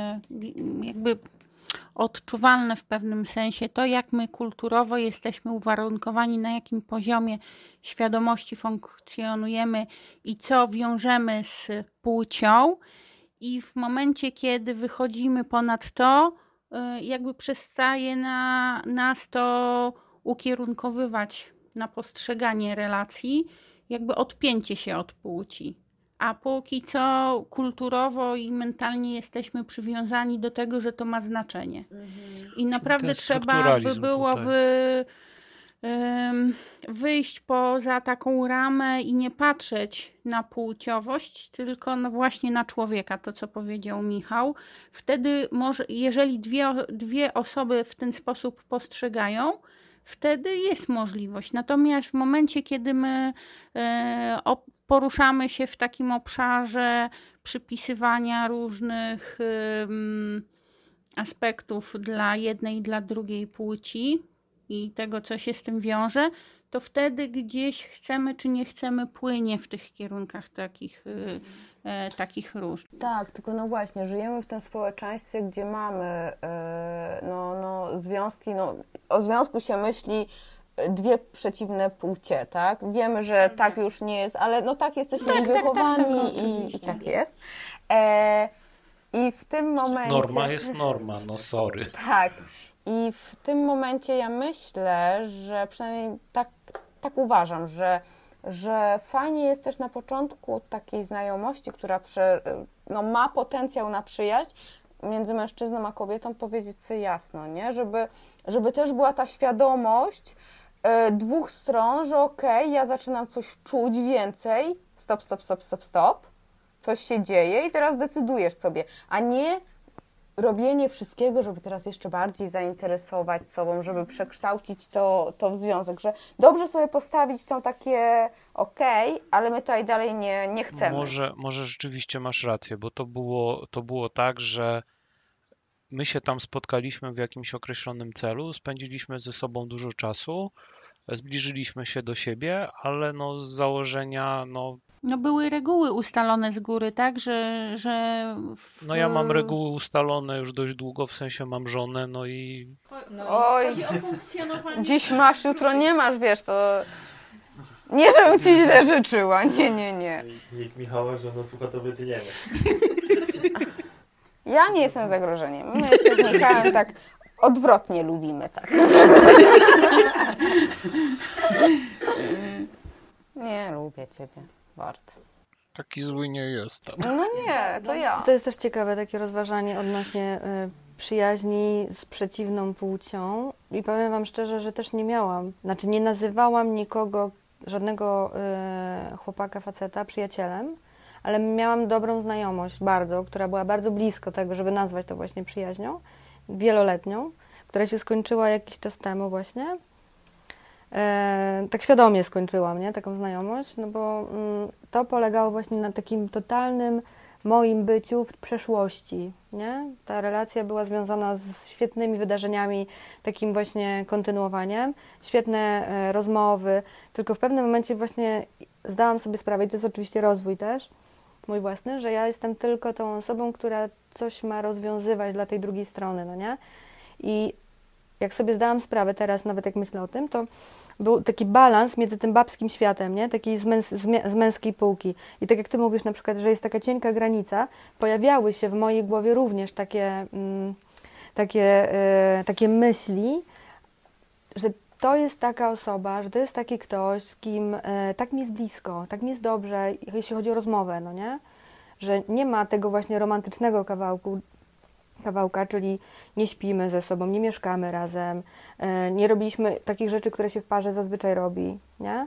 jakby odczuwalne w pewnym sensie, to jak my kulturowo jesteśmy uwarunkowani, na jakim poziomie świadomości funkcjonujemy i co wiążemy z płcią i w momencie, kiedy wychodzimy ponad to, y, jakby przestaje na nas to ukierunkowywać na postrzeganie relacji, jakby odpięcie się od płci. A póki co kulturowo i mentalnie jesteśmy przywiązani do tego, że to ma znaczenie. I naprawdę ten trzeba by strukturalizm było tutaj. wy, ym, wyjść poza taką ramę i nie patrzeć na płciowość, tylko no właśnie na człowieka, to co powiedział Michał. Wtedy może, jeżeli dwie, dwie osoby w ten sposób postrzegają, wtedy jest możliwość. Natomiast w momencie, kiedy my e, o, poruszamy się w takim obszarze przypisywania różnych ym, aspektów dla jednej i dla drugiej płci i tego, co się z tym wiąże, to wtedy gdzieś chcemy czy nie chcemy płynie w tych kierunkach takich, y, e, takich różnych. Tak, tylko no właśnie, żyjemy w tym społeczeństwie, gdzie mamy e, no, no, związki, no, o związku się myśli dwie przeciwne płcie, tak? Wiemy, że tak już nie jest, ale no tak jesteśmy Tak, tak, wychowani tak, tak, i, i oczywiście. tak jest. E, I w tym momencie... Norma jest norma, no sorry. Tak. I w tym momencie ja myślę, że przynajmniej tak, tak uważam, że, że fajnie jest też na początku takiej znajomości, która prze, no, ma potencjał na przyjaźń między mężczyzną a kobietą, powiedzieć sobie jasno, nie? Żeby, żeby też była ta świadomość y, dwóch stron, że okej, okay, ja zaczynam coś czuć więcej, stop, stop, stop, stop, stop, coś się dzieje i teraz decydujesz sobie, a nie robienie wszystkiego, żeby teraz jeszcze bardziej zainteresować sobą, żeby przekształcić to, to w związek, że dobrze sobie postawić to takie okej, okay, ale my tutaj dalej nie, nie chcemy. Może, może rzeczywiście masz rację, bo to było, to było tak, że my się tam spotkaliśmy w jakimś określonym celu, spędziliśmy ze sobą dużo czasu, zbliżyliśmy się do siebie, ale no z założenia, no No były reguły ustalone z góry, tak, że... że w... No ja mam reguły ustalone już dość długo, w sensie mam żonę, no i... Oj, dziś masz, jutro nie masz, wiesz, to... Nie, żebym ci źle życzyła, nie, nie, nie. Nikt Michała, że no słucha, to wytniemy. Ja nie jestem zagrożeniem. My się z Michałem tak odwrotnie lubimy, tak. Nie, lubię ciebie, Bart. Taki zły nie jestem. No nie, to ja. To jest też ciekawe takie rozważanie odnośnie y, przyjaźni z przeciwną płcią i powiem wam szczerze, że też nie miałam, znaczy nie nazywałam nikogo, żadnego y, chłopaka, faceta przyjacielem, ale miałam dobrą znajomość bardzo, która była bardzo blisko tego, żeby nazwać to właśnie przyjaźnią, wieloletnią, która się skończyła jakiś czas temu właśnie. E, tak świadomie skończyłam, nie? Taką znajomość, no bo mm, to polegało właśnie na takim totalnym moim byciu w przeszłości, nie? Ta relacja była związana z świetnymi wydarzeniami, takim właśnie kontynuowaniem, świetne e, rozmowy, tylko w pewnym momencie właśnie zdałam sobie sprawę, i to jest oczywiście rozwój też, mój własny, że ja jestem tylko tą osobą, która coś ma rozwiązywać dla tej drugiej strony, no nie? I jak sobie zdałam sprawę teraz, nawet jak myślę o tym, to był taki balans między tym babskim światem, nie? Taki z, męs z męskiej półki. I tak jak ty mówisz na przykład, że jest taka cienka granica, pojawiały się w mojej głowie również takie, mm, takie, y, takie myśli, że to jest taka osoba, że to jest taki ktoś, z kim y, tak mi jest blisko, tak mi jest dobrze, jeśli chodzi o rozmowę, no nie? Że nie ma tego właśnie romantycznego kawałku, kawałka, czyli nie śpimy ze sobą, nie mieszkamy razem, nie robiliśmy takich rzeczy, które się w parze zazwyczaj robi, nie?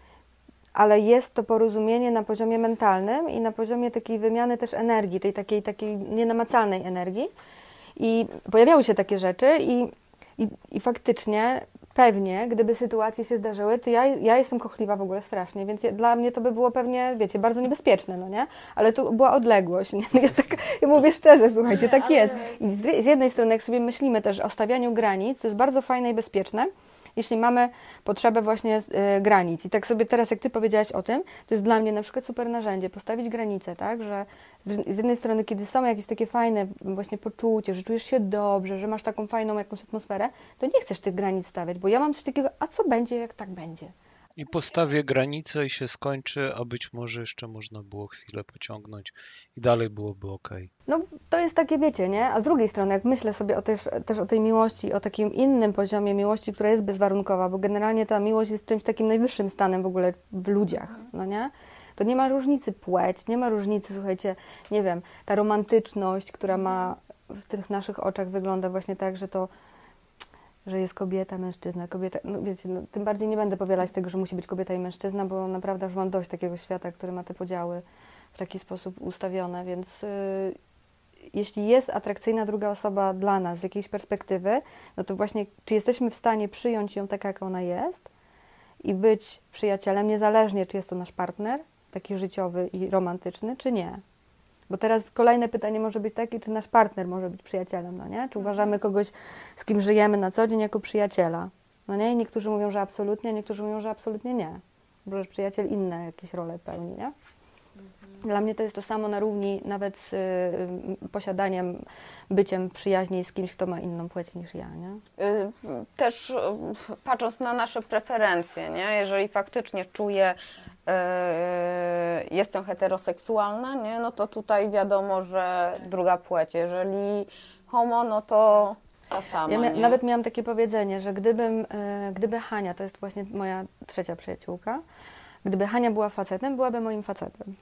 Ale jest to porozumienie na poziomie mentalnym i na poziomie takiej wymiany też energii, tej takiej, takiej nienamacalnej energii. I pojawiały się takie rzeczy i, i, i faktycznie pewnie, gdyby sytuacje się zdarzyły, to ja, ja jestem kochliwa w ogóle strasznie, więc ja, dla mnie to by było pewnie, wiecie, bardzo niebezpieczne, no nie? Ale tu była odległość, nie? Ja, tak, ja mówię szczerze, słuchajcie, tak jest. I z, z jednej strony, jak sobie myślimy też o stawianiu granic, to jest bardzo fajne i bezpieczne, jeśli mamy potrzebę właśnie y, granic. I tak sobie teraz, jak ty powiedziałaś o tym, to jest dla mnie na przykład super narzędzie, postawić granice, tak, że z, z jednej strony, kiedy są jakieś takie fajne właśnie poczucie, że czujesz się dobrze, że masz taką fajną jakąś atmosferę, to nie chcesz tych granic stawiać, bo ja mam coś takiego, a co będzie, jak tak będzie? I postawię granicę i się skończy, a być może jeszcze można było chwilę pociągnąć i dalej byłoby ok. No to jest takie, wiecie, nie? A z drugiej strony, jak myślę sobie o też, też o tej miłości, o takim innym poziomie miłości, która jest bezwarunkowa, bo generalnie ta miłość jest czymś takim najwyższym stanem w ogóle w ludziach, no nie? To nie ma różnicy płeć, nie ma różnicy, słuchajcie, nie wiem, ta romantyczność, która ma w tych naszych oczach wygląda właśnie tak, że to że jest kobieta, mężczyzna, kobieta, no wiecie, no, tym bardziej nie będę powielać tego, że musi być kobieta i mężczyzna, bo naprawdę już mam dość takiego świata, który ma te podziały w taki sposób ustawione, więc y, jeśli jest atrakcyjna druga osoba dla nas z jakiejś perspektywy, no to właśnie czy jesteśmy w stanie przyjąć ją tak, jak ona jest i być przyjacielem, niezależnie czy jest to nasz partner, taki życiowy i romantyczny, czy nie. Bo teraz kolejne pytanie może być takie, czy nasz partner może być przyjacielem, no nie? Czy uważamy kogoś, z kim żyjemy na co dzień, jako przyjaciela, no nie? I niektórzy mówią, że absolutnie, a niektórzy mówią, że absolutnie nie. Bo że przyjaciel inne jakieś role pełni, nie? Dla mnie to jest to samo na równi nawet z y, posiadaniem, byciem przyjaźni z kimś, kto ma inną płeć niż ja, nie? Y, Też y, patrząc na nasze preferencje, nie? Jeżeli faktycznie czuję, y, jestem heteroseksualna, nie? No to tutaj wiadomo, że druga płeć. Jeżeli homo, no to ta sama, Ja mia- nie? nawet miałam takie powiedzenie, że gdybym, y, gdyby Hania, to jest właśnie moja trzecia przyjaciółka, gdyby Hania była facetem, byłaby moim facetem.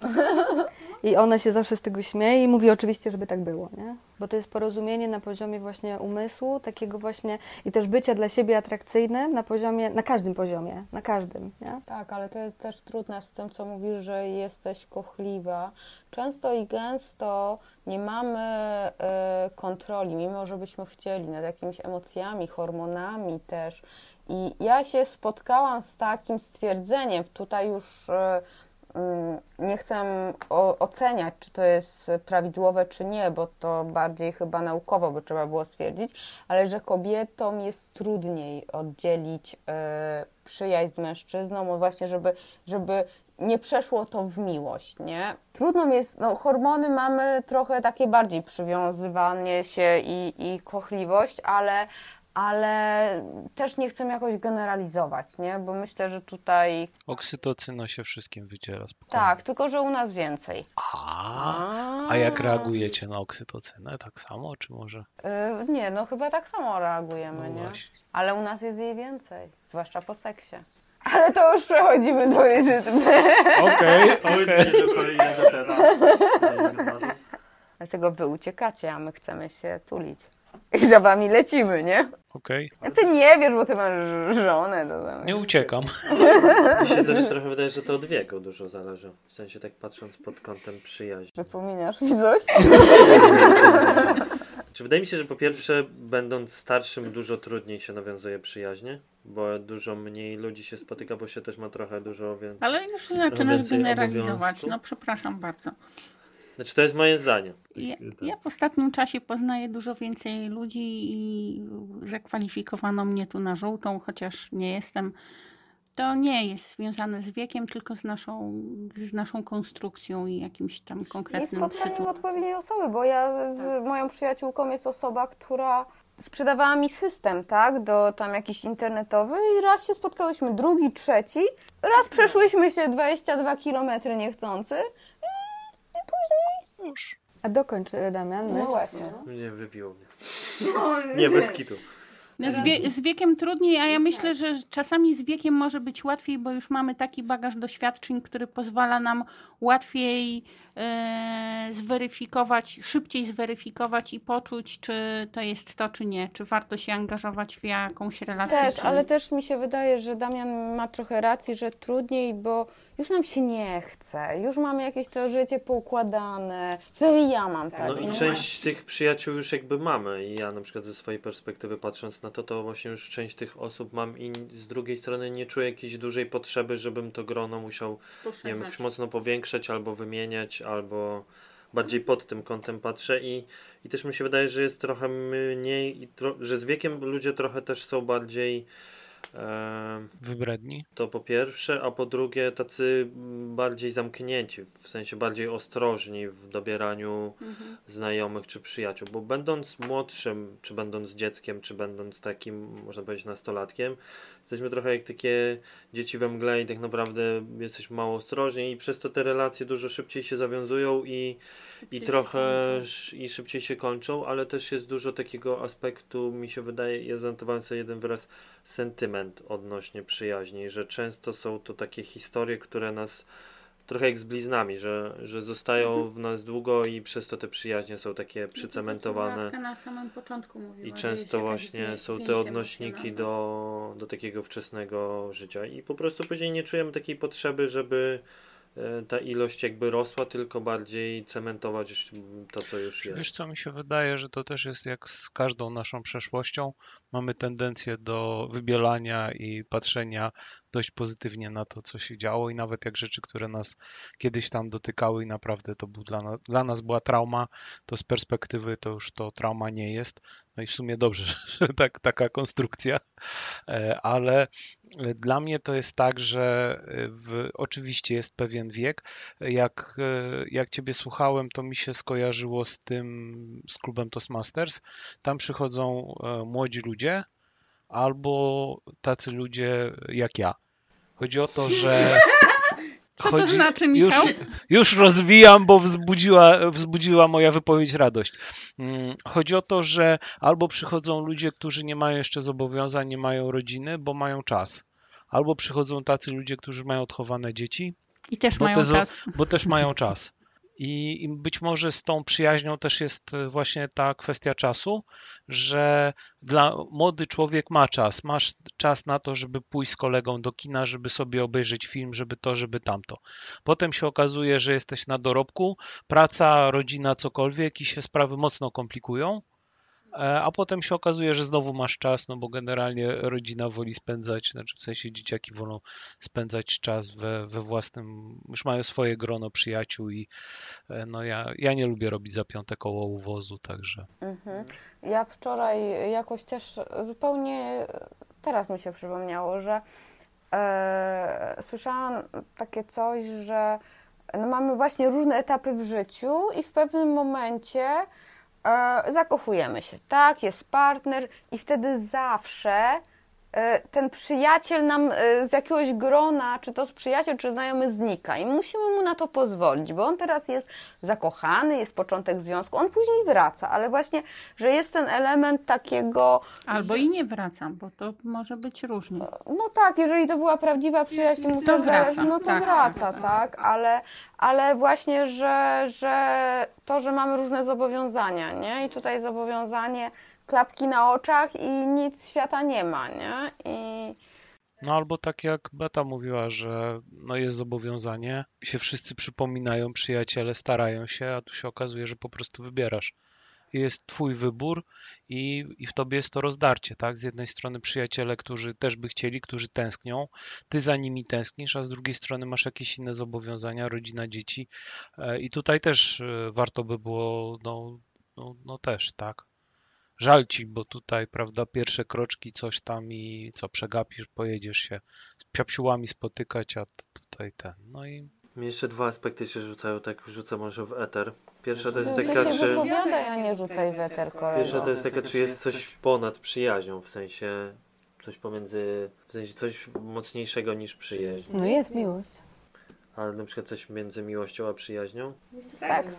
I ona się zawsze z tego śmieje i mówi oczywiście, żeby tak było, nie? Bo to jest porozumienie na poziomie właśnie umysłu, takiego właśnie i też bycia dla siebie atrakcyjnym na poziomie, na każdym poziomie, na każdym, nie? Tak, ale to jest też trudne z tym, co mówisz, że jesteś kochliwa. Często i gęsto nie mamy e, kontroli, mimo że byśmy chcieli, nad jakimiś emocjami, hormonami też. I ja się spotkałam z takim stwierdzeniem, tutaj już e, mm, nie chcę o, oceniać, czy to jest prawidłowe, czy nie, bo to bardziej chyba naukowo by trzeba było stwierdzić, ale że kobietom jest trudniej oddzielić e, przyjaźń z mężczyzną, bo właśnie, żeby, żeby nie przeszło to w miłość, nie? Trudno mi jest, no hormony mamy trochę takie bardziej przywiązywanie się i, i kochliwość, ale, ale też nie chcę jakoś generalizować, nie? Bo myślę, że tutaj Oksytocyna się wszystkim wydziela spokojnie. tak, tylko że u nas więcej. A, a jak reagujecie na oksytocynę? Tak samo, czy może? Yy, nie, no chyba tak samo reagujemy, No nie? właśnie. Ale u nas jest jej więcej, zwłaszcza po seksie. Ale to już przechodzimy do edyty. Okej, Pójdźmy do kolejnego tematu. Dlatego wy uciekacie, a my chcemy się tulić. I za wami lecimy, nie? okej. A ty nie wiesz, bo ty masz żonę. To tam Nie uciekam. Mi się też trochę wydaje, że to od wieku dużo zależy. W sensie tak patrząc pod kątem przyjaźni. Wypominasz mi coś? Czy wydaje mi się, że po pierwsze, będąc starszym, dużo trudniej się nawiązuje przyjaźnie, bo dużo mniej ludzi się spotyka, bo się też ma trochę dużo więcej. Ale już zaczynasz więcej generalizować. obowiązków. No przepraszam bardzo. Znaczy, to jest moje zdanie. Ja, ja w ostatnim czasie poznaję dużo więcej ludzi i zakwalifikowano mnie tu na żółtą, chociaż nie jestem. To nie jest związane z wiekiem, tylko z naszą, z naszą konstrukcją i jakimś tam I konkretnym spotkaniem sytuacją. odpowiedniej osoby, bo ja z moją przyjaciółką jest osoba, która sprzedawała mi system, tak, do tam jakiś internetowy i raz się spotkałyśmy, drugi, trzeci, raz przeszłyśmy się dwadzieścia dwa kilometry niechcący i, i później... Już. A dokończ, Damian, myśl. No właśnie. Nie wybiło mnie. Nie, bez kitu. No z, wie, z wiekiem trudniej, a ja myślę, że czasami z wiekiem może być łatwiej, bo już mamy taki bagaż doświadczeń, który pozwala nam łatwiej e, zweryfikować, szybciej zweryfikować i poczuć, czy to jest to, czy nie, czy warto się angażować w jakąś relację. Też, czy ale nie. też mi się wydaje, że Damian ma trochę racji, że trudniej, bo już nam się nie chce, już mamy jakieś to życie poukładane, co i ja mam tak. No i nie? część tych przyjaciół już jakby mamy i ja na przykład ze swojej perspektywy patrząc na to, to właśnie już część tych osób mam i z drugiej strony nie czuję jakiejś dużej potrzeby, żebym to grono musiał, nie wiem, jakoś mocno powiększać albo wymieniać, albo bardziej pod tym kątem patrzę i, i też mi się wydaje, że jest trochę mniej, i tro, że z wiekiem ludzie trochę też są bardziej e, Wybredni. to po pierwsze, a po drugie tacy bardziej zamknięci, w sensie bardziej ostrożni w dobieraniu Mhm. znajomych czy przyjaciół, bo będąc młodszym, czy będąc dzieckiem, czy będąc takim, można powiedzieć, nastolatkiem, jesteśmy trochę jak takie dzieci we mgle i tak naprawdę jesteśmy mało ostrożni i przez to te relacje dużo szybciej się zawiązują i, i się trochę kończą. sz- i szybciej się kończą, ale też jest dużo takiego aspektu, mi się wydaje, ja zanotowałem sobie jeden wyraz, sentyment odnośnie przyjaźni, że często są to takie historie, które nas trochę jak z bliznami, że, że zostają w nas długo i przez to te przyjaźnie są takie przycementowane. Na samym początku mówiła, I że często jest jakaś właśnie wie- są więź te odnośniki emocjonalna. do, do takiego wczesnego życia i po prostu później nie czujemy takiej potrzeby, żeby e, ta ilość jakby rosła, tylko bardziej cementować to, co już Czy wiesz jest. co, mi się wydaje, że to też jest jak z każdą naszą przeszłością. Mamy tendencję do wybielania i patrzenia dość pozytywnie na to, co się działo i nawet jak rzeczy, które nas kiedyś tam dotykały i naprawdę to był dla, na, dla nas była trauma, to z perspektywy to już to trauma nie jest. No i w sumie dobrze, że tak, taka konstrukcja, E, ale e, dla mnie to jest tak, że e, w, oczywiście jest pewien wiek. Jak, e, jak Ciebie słuchałem, to mi się skojarzyło z tym, z klubem Toastmasters. Tam przychodzą e, młodzi ludzie albo tacy ludzie jak ja. Chodzi o to, że Co to chodzi, znaczy, Michał? już, już rozwijam, bo wzbudziła, wzbudziła moja wypowiedź radość. Mm, Chodzi o to, że albo przychodzą ludzie, którzy nie mają jeszcze zobowiązań, nie mają rodziny, bo mają czas. Albo przychodzą tacy ludzie, którzy mają odchowane dzieci, I też bo, mają te, zo- czas. bo też mają czas. I, I być może z tą przyjaźnią też jest e, właśnie ta kwestia czasu, że dla młody człowiek ma czas. Masz czas na to, żeby pójść z kolegą do kina, żeby sobie obejrzeć film, żeby to, żeby tamto. Potem się okazuje, że jesteś na dorobku, praca, rodzina, cokolwiek i się sprawy mocno komplikują. E, A potem się okazuje, że znowu masz czas, no bo generalnie rodzina woli spędzać, znaczy w sensie dzieciaki wolą spędzać czas we, we własnym, już mają swoje grono przyjaciół i e, no ja, ja nie lubię robić za piąte koło u wozu, także Mhm. Ja wczoraj jakoś też zupełnie, teraz mi się przypomniało, że e, słyszałam takie coś, że no mamy właśnie różne etapy w życiu i w pewnym momencie e, zakochujemy się, tak? Jest partner i wtedy zawsze e, ten przyjaciel nam e, z jakiegoś grona, czy to z przyjaciel, czy znajomy znika i musimy mu na to pozwolić, bo on teraz jest zakochany, jest początek związku, on później wraca, ale właśnie, że jest ten element takiego, Albo i nie wracam, bo to może być różnie. no tak, jeżeli to była prawdziwa przyjaźń, mu To to wraca, zależy, no to tak. wraca, tak, ale, ale właśnie, że, że to, że mamy różne zobowiązania, nie, i tutaj zobowiązanie klapki na oczach i nic świata nie ma, nie, i no albo tak jak Beta mówiła, że no jest zobowiązanie, się wszyscy przypominają, przyjaciele starają się, a tu się okazuje, że po prostu wybierasz. I jest twój wybór i, i w tobie jest to rozdarcie, tak? Z jednej strony przyjaciele, którzy też by chcieli, którzy tęsknią, ty za nimi tęsknisz, a z drugiej strony masz jakieś inne zobowiązania, rodzina, dzieci e, i tutaj też e, warto by było, no, no, no też, tak? Żal ci, bo tutaj, prawda, pierwsze kroczki, coś tam i co, przegapisz, pojedziesz się z psiapsiułami spotykać, a t- tutaj ten, no i Mi jeszcze dwa aspekty się rzucają, tak rzucę może w eter. Pierwsza to jest ty taka, się czy... wypowiadaj, a nie rzucaj weter, kolego. Pierwsza to jest taka, czy jest coś ponad przyjaźnią, w sensie coś pomiędzy, w sensie coś mocniejszego niż przyjaźń. No jest miłość. Ale na przykład coś między miłością a przyjaźnią? Seks.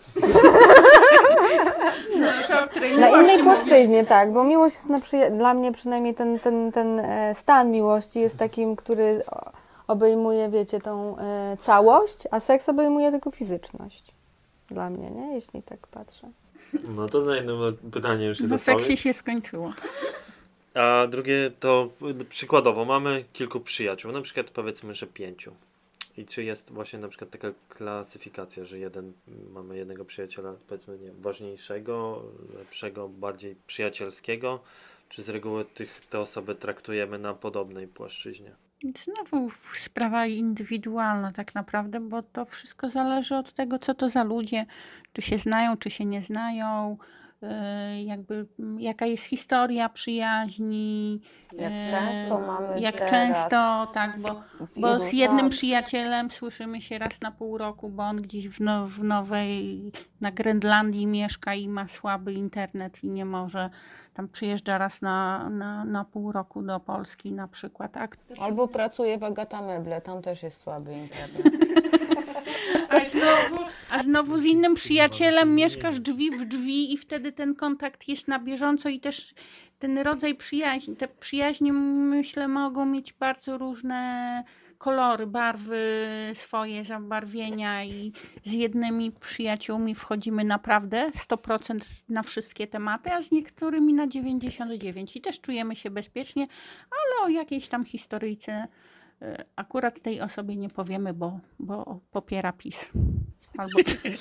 Na innej płaszczyźnie, tak, bo miłość jest na przyja- dla mnie przynajmniej ten, ten, ten e, stan miłości jest takim, który o- obejmuje, wiecie, tą e, całość, a seks obejmuje tylko fizyczność. Dla mnie, nie? Jeśli tak patrzę. No to na jedno pytanie już jest Bo seksie odpowiedź. się skończyło. A drugie to y, przykładowo mamy kilku przyjaciół, na przykład powiedzmy, że pięciu. I czy jest właśnie na przykład taka klasyfikacja, że jeden, mamy jednego przyjaciela, powiedzmy, nie, ważniejszego, lepszego, bardziej przyjacielskiego, czy z reguły tych, te osoby traktujemy na podobnej płaszczyźnie? Znowu sprawa indywidualna tak naprawdę, bo to wszystko zależy od tego, co to za ludzie, czy się znają, czy się nie znają, yy, jakby mm, jaka jest historia przyjaźni. Jak yy, często mamy Jak teraz często, tak, bo, bo ilu z jednym lat? przyjacielem słyszymy się raz na pół roku, bo on gdzieś w, no, w Nowej, na Grenlandii mieszka i ma słaby internet i nie może, tam przyjeżdża raz na, na, na pół roku do Polski na przykład. A Albo pracuje w Agata Meble, tam też jest słaby internet. A znowu, a znowu z innym przyjacielem mieszkasz drzwi w drzwi i wtedy ten kontakt jest na bieżąco i też ten rodzaj przyjaźni, te przyjaźnie myślę mogą mieć bardzo różne kolory, barwy, swoje zabarwienia i z jednymi przyjaciółmi wchodzimy naprawdę sto procent na wszystkie tematy, a z niektórymi na dziewięćdziesiąt dziewięć procent i też czujemy się bezpiecznie, ale o jakiejś tam historyjce y, akurat tej osobie nie powiemy, bo, bo popiera PiS. Albo,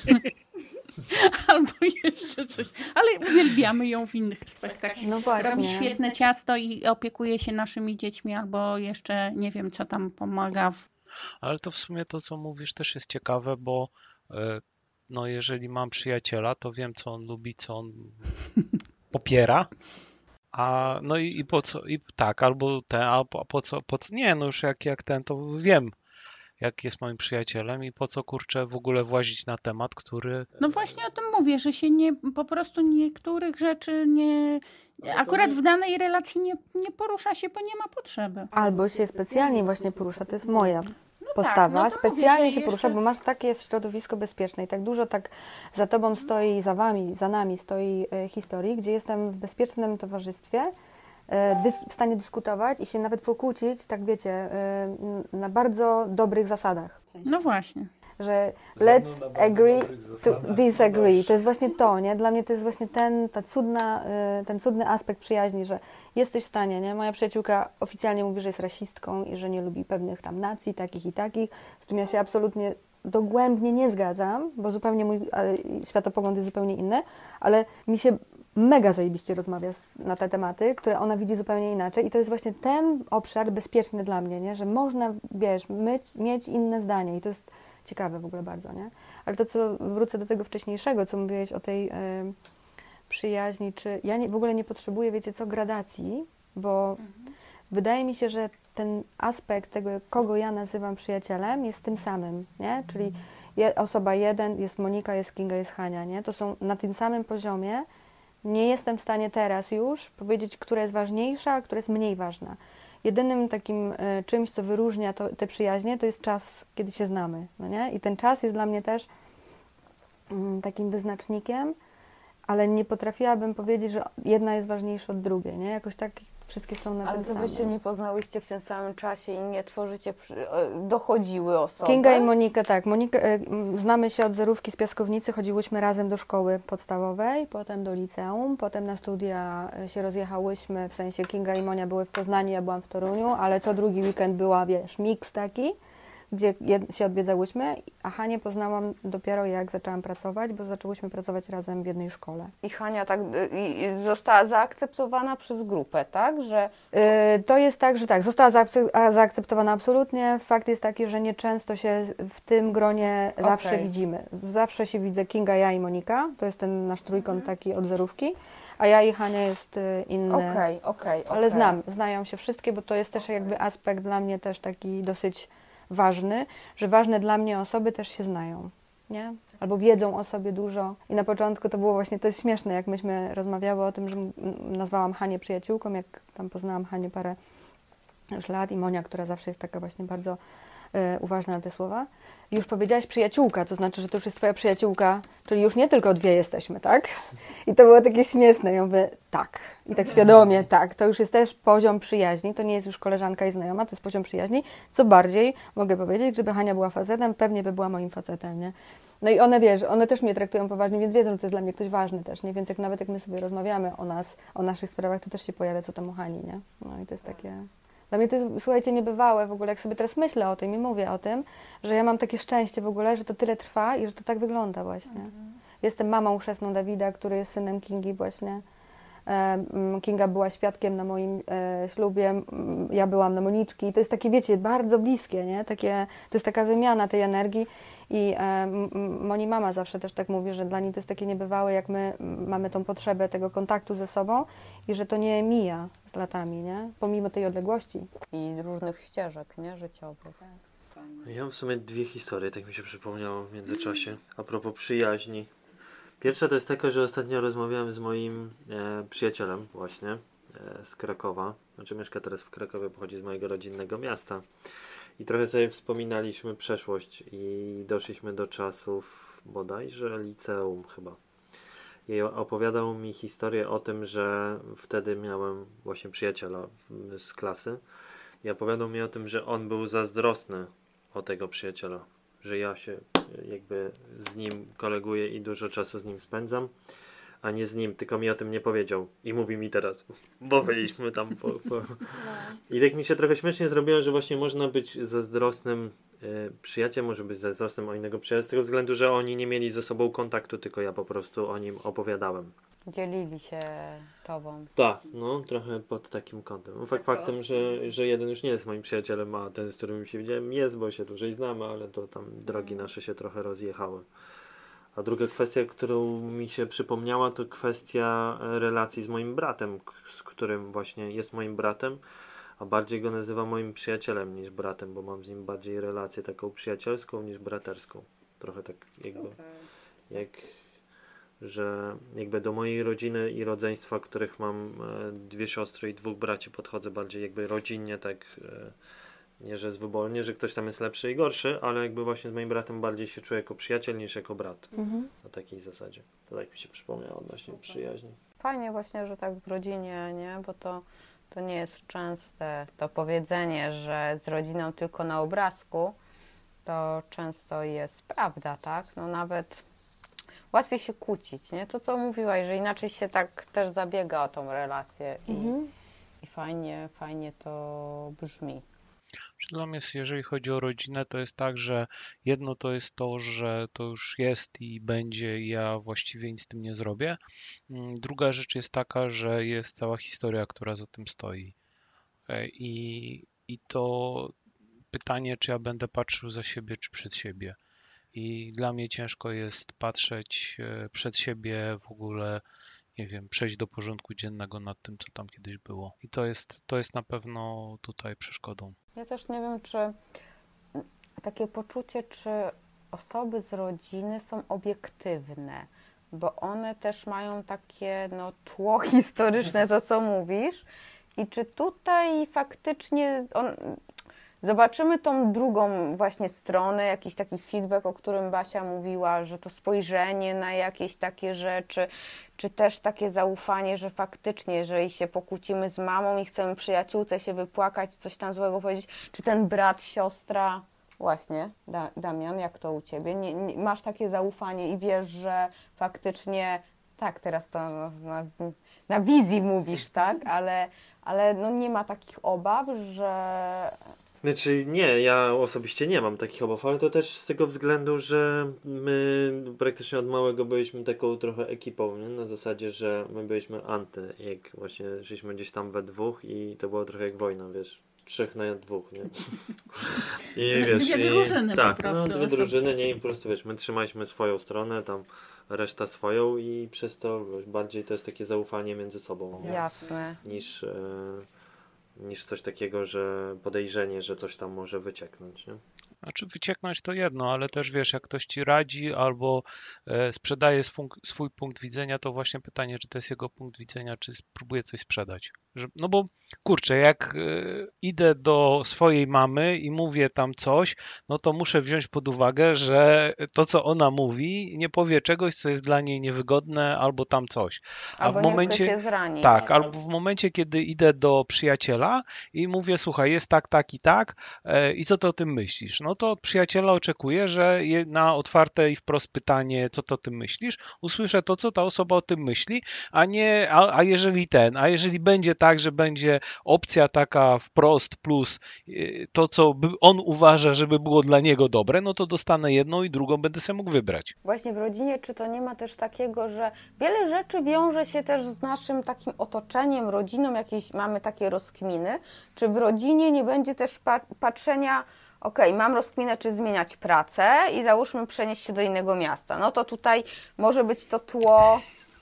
albo jeszcze coś. Ale uwielbiamy ją w innych aspektach. No właśnie. Robi świetne ciasto i opiekuje się naszymi dziećmi, albo jeszcze nie wiem, co tam pomaga. W... Ale to w sumie to, co mówisz, też jest ciekawe, bo e, no jeżeli mam przyjaciela, to wiem, co on lubi, co on popiera. A no i, i po co, i tak, albo ten, a po, a po co, po co, nie, no już jak, jak ten, to wiem, jak jest moim przyjacielem i po co, kurczę, w ogóle włazić na temat, który... No właśnie o tym mówię, że się nie, po prostu niektórych rzeczy nie, akurat w danej relacji nie, nie porusza się, bo nie ma potrzeby. Albo się specjalnie właśnie porusza, to jest moja postawa, tak, no to specjalnie mówię, się że porusza, jeszcze- bo masz takie jest środowisko bezpieczne i tak dużo tak za tobą stoi, za wami, za nami stoi e, historii, gdzie jestem w bezpiecznym towarzystwie, e, dys- w stanie dyskutować i się nawet pokłócić, tak wiecie, e, n- na bardzo dobrych zasadach. No właśnie. Że let's agree to disagree. To jest właśnie to, nie? Dla mnie to jest właśnie ten, ta cudna, y, ten cudny aspekt przyjaźni, że jesteś w stanie, nie? Moja przyjaciółka oficjalnie mówi, że jest rasistką i że nie lubi pewnych tam nacji, takich i takich, z czym ja się absolutnie dogłębnie nie zgadzam, bo zupełnie mój ale, światopogląd jest zupełnie inny, ale mi się mega zajebiście rozmawia z, na te tematy, które ona widzi zupełnie inaczej i to jest właśnie ten obszar bezpieczny dla mnie, nie? Że można, wiesz, myć, mieć inne zdanie i to jest ciekawe w ogóle bardzo, nie? Ale to, co wrócę do tego wcześniejszego, co mówiłeś o tej y, przyjaźni, czy ja nie, w ogóle nie potrzebuję, wiecie co, gradacji, bo mhm. wydaje mi się, że ten aspekt tego, kogo ja nazywam przyjacielem, jest tym samym, nie? Czyli je, osoba jeden, jest Monika, jest Kinga, jest Hania, nie? To są na tym samym poziomie. Nie jestem w stanie teraz już powiedzieć, która jest ważniejsza, a która jest mniej ważna. Jedynym takim y, czymś, co wyróżnia to, te przyjaźnie, to jest czas, kiedy się znamy, no nie? I ten czas jest dla mnie też y, takim wyznacznikiem, ale nie potrafiłabym powiedzieć, że jedna jest ważniejsza od drugiej, nie? Jakoś tak wszystkie są na Ale tym to samym. wy się nie poznałyście w tym samym czasie i nie tworzycie, przy- e, dochodziły osoby? Kinga i Monika, tak. Monika, e, m, znamy się od zerówki z Piaskownicy, chodziłyśmy razem do szkoły podstawowej, potem do liceum, potem na studia e, się rozjechałyśmy, w sensie Kinga i Monia były w Poznaniu, ja byłam w Toruniu, ale co drugi weekend była, wiesz, miks taki, gdzie jed- się odwiedzałyśmy, a Hanię poznałam dopiero jak zaczęłam pracować, bo zaczęłyśmy pracować razem w jednej szkole. I Hania tak y, i została zaakceptowana przez grupę, tak? Że Yy, To jest tak, że tak, została zaakce- a, zaakceptowana absolutnie. Fakt jest taki, że nieczęsto się w tym gronie zawsze Okej. widzimy. Zawsze się widzę Kinga, ja i Monika. To jest ten nasz trójkąt taki od zerówki. A ja i Hania jest y, inny. okej, okej, Ale okej. znam, znają się wszystkie, bo to jest też jakby aspekt dla mnie też taki dosyć ważny, że ważne dla mnie osoby też się znają, nie? Albo wiedzą o sobie dużo. I na początku to było właśnie, to jest śmieszne, jak myśmy rozmawiały o tym, że m- nazwałam Hanię przyjaciółką, jak tam poznałam Hanię parę już lat i Monia, która zawsze jest taka właśnie bardzo e, uważna na te słowa. I już powiedziałaś przyjaciółka, to znaczy, że to już jest twoja przyjaciółka, czyli już nie tylko dwie jesteśmy, tak? I to było takie śmieszne. Ja mówię, tak. I tak świadomie, tak. To już jest też poziom przyjaźni. To nie jest już koleżanka i znajoma, to jest poziom przyjaźni. Co bardziej, mogę powiedzieć, gdyby Hania była facetem, pewnie by była moim facetem, nie? No i one, wiesz, one też mnie traktują poważnie, więc wiedzą, że to jest dla mnie ktoś ważny też, nie? Więc jak nawet jak my sobie rozmawiamy o nas, o naszych sprawach, to też się pojawia, co tam o Hani, nie? No i to jest takie... Dla mnie to jest, słuchajcie, niebywałe w ogóle, jak sobie teraz myślę o tym i mówię o tym, że ja mam takie szczęście w ogóle, że to tyle trwa i że to tak wygląda właśnie. Mhm. Jestem mamą chrzestną Dawida, który jest synem Kingi właśnie. Kinga była świadkiem na moim e, ślubie, ja byłam na Moniczki. To jest takie, wiecie, bardzo bliskie, nie? Takie, to jest taka wymiana tej energii i e, Moni mama zawsze też tak mówi, że dla niej to jest takie niebywałe, jak my mamy tą potrzebę tego kontaktu ze sobą i że to nie mija z latami, nie? Pomimo tej odległości. I różnych ścieżek, nie? Życiowych. Ja mam w sumie dwie historie, tak mi się przypomniało w międzyczasie. A propos przyjaźni. Pierwsza to jest taka, że ostatnio rozmawiałem z moim e, przyjacielem właśnie e, z Krakowa. Znaczy mieszka teraz w Krakowie, pochodzi z mojego rodzinnego miasta. I trochę sobie wspominaliśmy przeszłość i doszliśmy do czasów bodajże liceum chyba. I opowiadał mi historię o tym, że wtedy miałem właśnie przyjaciela z klasy. i opowiadał mi o tym, że on był zazdrosny o tego przyjaciela, że ja się jakby z nim koleguję i dużo czasu z nim spędzam, a nie z nim, tylko mi o tym nie powiedział. I mówi mi teraz, bo byliśmy tam po... po... I tak mi się trochę śmiesznie zrobiło, że właśnie można być zazdrosnym y, przyjacielem, może być zazdrosnym o innego przyjaciela, z tego względu, że oni nie mieli ze sobą kontaktu, tylko ja po prostu o nim opowiadałem. Dzielili się tobą. Tak, no trochę pod takim kątem. No, fakt faktem, że, że jeden już nie jest moim przyjacielem, a ten, z którym się widziałem, jest, bo się dłużej znamy, ale to tam drogi nasze się trochę rozjechały. A druga kwestia, którą mi się przypomniała, to kwestia relacji z moim bratem, k- z którym właśnie jest moim bratem, a bardziej go nazywam moim przyjacielem niż bratem, bo mam z nim bardziej relację taką przyjacielską niż braterską. Trochę tak jakby, jak, że jakby do mojej rodziny i rodzeństwa, których mam e, dwie siostry i dwóch braci, podchodzę bardziej jakby rodzinnie, tak e, nie, że z wyboru, nie, że ktoś tam jest lepszy i gorszy, ale jakby właśnie z moim bratem bardziej się czuję jako przyjaciel niż jako brat. Mhm. Na takiej zasadzie. To tak mi się przypomniało odnośnie przyjaźni. Fajnie właśnie, że tak w rodzinie, nie? Bo to, to nie jest częste to powiedzenie, że z rodziną tylko na obrazku, to często jest prawda, tak? No nawet łatwiej się kłócić, nie? To co mówiłaś, że inaczej się tak też zabiega o tą relację i, Mhm. i fajnie, fajnie to brzmi. Dla mnie, jeżeli chodzi o rodzinę, to jest tak, że jedno to jest to, że to już jest i będzie i ja właściwie nic z tym nie zrobię. Mm, Druga rzecz jest taka, że jest cała historia, która za tym stoi. E, I, i to pytanie, czy ja będę patrzył za siebie, czy przed siebie. I dla mnie ciężko jest patrzeć e, przed siebie w ogóle, nie wiem, przejść do porządku dziennego nad tym, co tam kiedyś było. I to jest, to jest na pewno tutaj przeszkodą. Ja też nie wiem, czy takie poczucie, czy osoby z rodziny są obiektywne, bo one też mają takie no, tło historyczne, to co mówisz, i czy tutaj faktycznie on, zobaczymy tą drugą właśnie stronę, jakiś taki feedback, o którym Basia mówiła, że to spojrzenie na jakieś takie rzeczy, czy też takie zaufanie, że faktycznie, jeżeli się pokłócimy z mamą i chcemy przyjaciółce się wypłakać, coś tam złego powiedzieć, czy ten brat, siostra, właśnie, da, Damian, jak to u Ciebie? Nie, nie, masz takie zaufanie i wiesz, że faktycznie, tak, teraz to no, na, na wizji mówisz, tak, ale, ale no nie ma takich obaw, że... Znaczy nie, ja osobiście nie mam takich obaw, ale to też z tego względu, że my praktycznie od małego byliśmy taką trochę ekipą, nie? Na zasadzie, że my byliśmy anty, jak właśnie żyliśmy gdzieś tam we dwóch i to było trochę jak wojna, wiesz, trzech na dwóch, nie? I wiesz, Dwie i, drużyny tak, po prostu no dwie osobne. drużyny, nie, i po prostu wiesz, my trzymaliśmy swoją stronę, tam reszta swoją i przez to wiesz, bardziej to jest takie zaufanie między sobą, nie? Jasne. niż, e, niż coś takiego, że podejrzenie, że coś tam może wycieknąć, nie? Znaczy wycieknąć to jedno, ale też wiesz, jak ktoś ci radzi albo e, sprzedaje swój, swój punkt widzenia, to właśnie pytanie, czy to jest jego punkt widzenia, czy spróbuje coś sprzedać. Że, no bo kurczę, jak e, idę do swojej mamy i mówię tam coś, no to muszę wziąć pod uwagę, że to, co ona mówi, nie powie czegoś, co jest dla niej niewygodne albo tam coś. A Albo w nie momencie, chce się zranić. tak, albo w momencie, kiedy idę do przyjaciela i mówię, słuchaj, jest tak, tak i tak, e, i co ty o tym myślisz? No to od przyjaciela oczekuję, że je, na otwarte i wprost pytanie, co ty o tym myślisz, usłyszę to, co ta osoba o tym myśli, a nie, a, a jeżeli ten, a jeżeli będzie tak, że będzie opcja taka wprost plus e, to, co by on uważa, żeby było dla niego dobre, no to dostanę jedną i drugą będę sobie mógł wybrać. Właśnie w rodzinie, czy to nie ma też takiego, że wiele rzeczy wiąże się też z naszym takim otoczeniem, rodziną, jakieś mamy takie rozkminy, czy w rodzinie nie będzie też pa- patrzenia, okej, okay, mam rozkminę, czy zmieniać pracę i załóżmy przenieść się do innego miasta. No to tutaj może być to tło,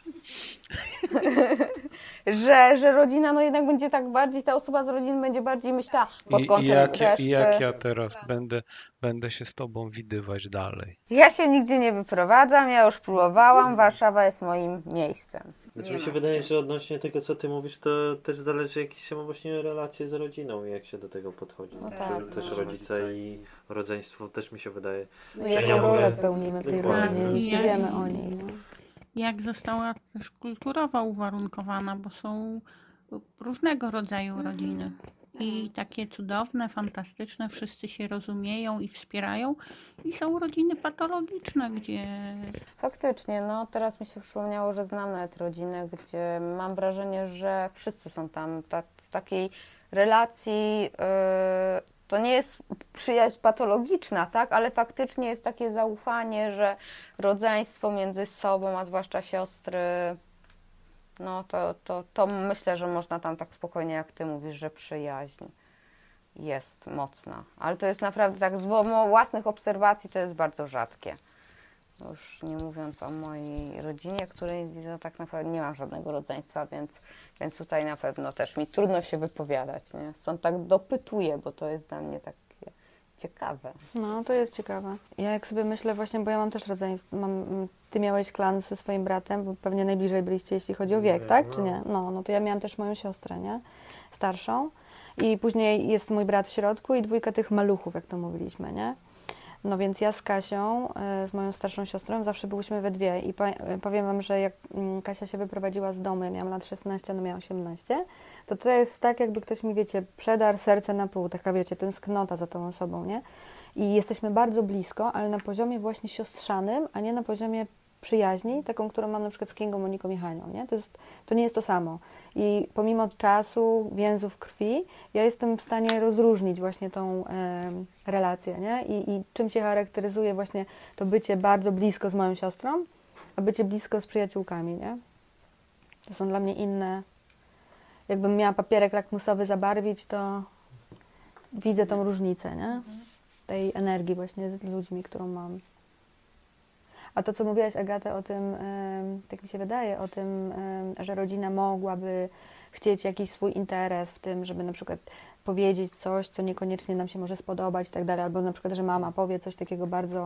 że, że rodzina no jednak będzie tak bardziej, ta osoba z rodziny będzie bardziej myślała pod I, kątem i, jak, ja- reszty. I jak ja teraz będę, będę się z tobą widywać dalej. Ja się nigdzie nie wyprowadzam, ja już próbowałam, Warszawa jest moim miejscem. Znaczy mi się wydaje, że odnośnie tego, co ty mówisz, to też zależy, jakie się ma właśnie relacje z rodziną i jak się do tego podchodzi. No Czy tak, też no. rodzice i rodzeństwo też mi się wydaje. No, że jaką ja w ogóle- rolę pełnimy w tej Dokładnie. rodzinie, jeśli Ja- wiemy o niej. No. Jak została też kulturowo uwarunkowana, bo są różnego rodzaju rodziny. i takie cudowne, fantastyczne, wszyscy się rozumieją i wspierają i są rodziny patologiczne, gdzie Faktycznie, no teraz mi się przypomniało, że znam nawet rodzinę, gdzie mam wrażenie, że wszyscy są tam tak, w takiej relacji, yy, to nie jest przyjaźń patologiczna, tak, ale faktycznie jest takie zaufanie, że rodzeństwo między sobą, a zwłaszcza siostry, no to, to, to myślę, że można tam tak spokojnie, jak Ty mówisz, że przyjaźń jest mocna. Ale to jest naprawdę tak, z mo- własnych obserwacji to jest bardzo rzadkie. Już nie mówiąc o mojej rodzinie, której no, tak naprawdę nie mam żadnego rodzeństwa, więc, więc tutaj na pewno też mi trudno się wypowiadać. Nie? Stąd tak dopytuję, bo to jest dla mnie takie ciekawe. No, to jest ciekawe. Ja jak sobie myślę właśnie, bo ja mam też rodzeństwo, mam, ty miałeś klan ze swoim bratem, bo pewnie najbliżej byliście, jeśli chodzi o wiek, Nie, tak? no. Czy nie? No, no to ja miałam też moją siostrę, nie? Starszą. I później jest mój brat w środku i dwójka tych maluchów, jak to mówiliśmy, nie? No więc ja z Kasią, y, z moją starszą siostrą, zawsze byłyśmy we dwie i pa, y, powiem Wam, że jak y, Kasia się wyprowadziła z domu, ja miałam lat szesnaście, no miała osiemnaście, to to jest tak, jakby ktoś mi, wiecie, przedarł serce na pół, taka, wiecie, tęsknota za tą osobą, nie? I jesteśmy bardzo blisko, ale na poziomie właśnie siostrzanym, a nie na poziomie przyjaźni, taką, którą mam na przykład z Kingą, Moniką i Hanią, nie? To, jest, to nie jest to samo. I pomimo czasu, więzów krwi, ja jestem w stanie rozróżnić właśnie tą e, relację, nie? I, I czym się charakteryzuje właśnie to bycie bardzo blisko z moją siostrą, a bycie blisko z przyjaciółkami, nie? To są dla mnie inne. Jakbym miała papierek lakmusowy zabarwić, to widzę tą różnicę, nie? Tej energii właśnie z ludźmi, którą mam. A to, co mówiłaś, Agata, o tym, tak mi się wydaje, o tym, że rodzina mogłaby chcieć jakiś swój interes w tym, żeby na przykład powiedzieć coś, co niekoniecznie nam się może spodobać i tak dalej, albo na przykład, że mama powie coś takiego bardzo,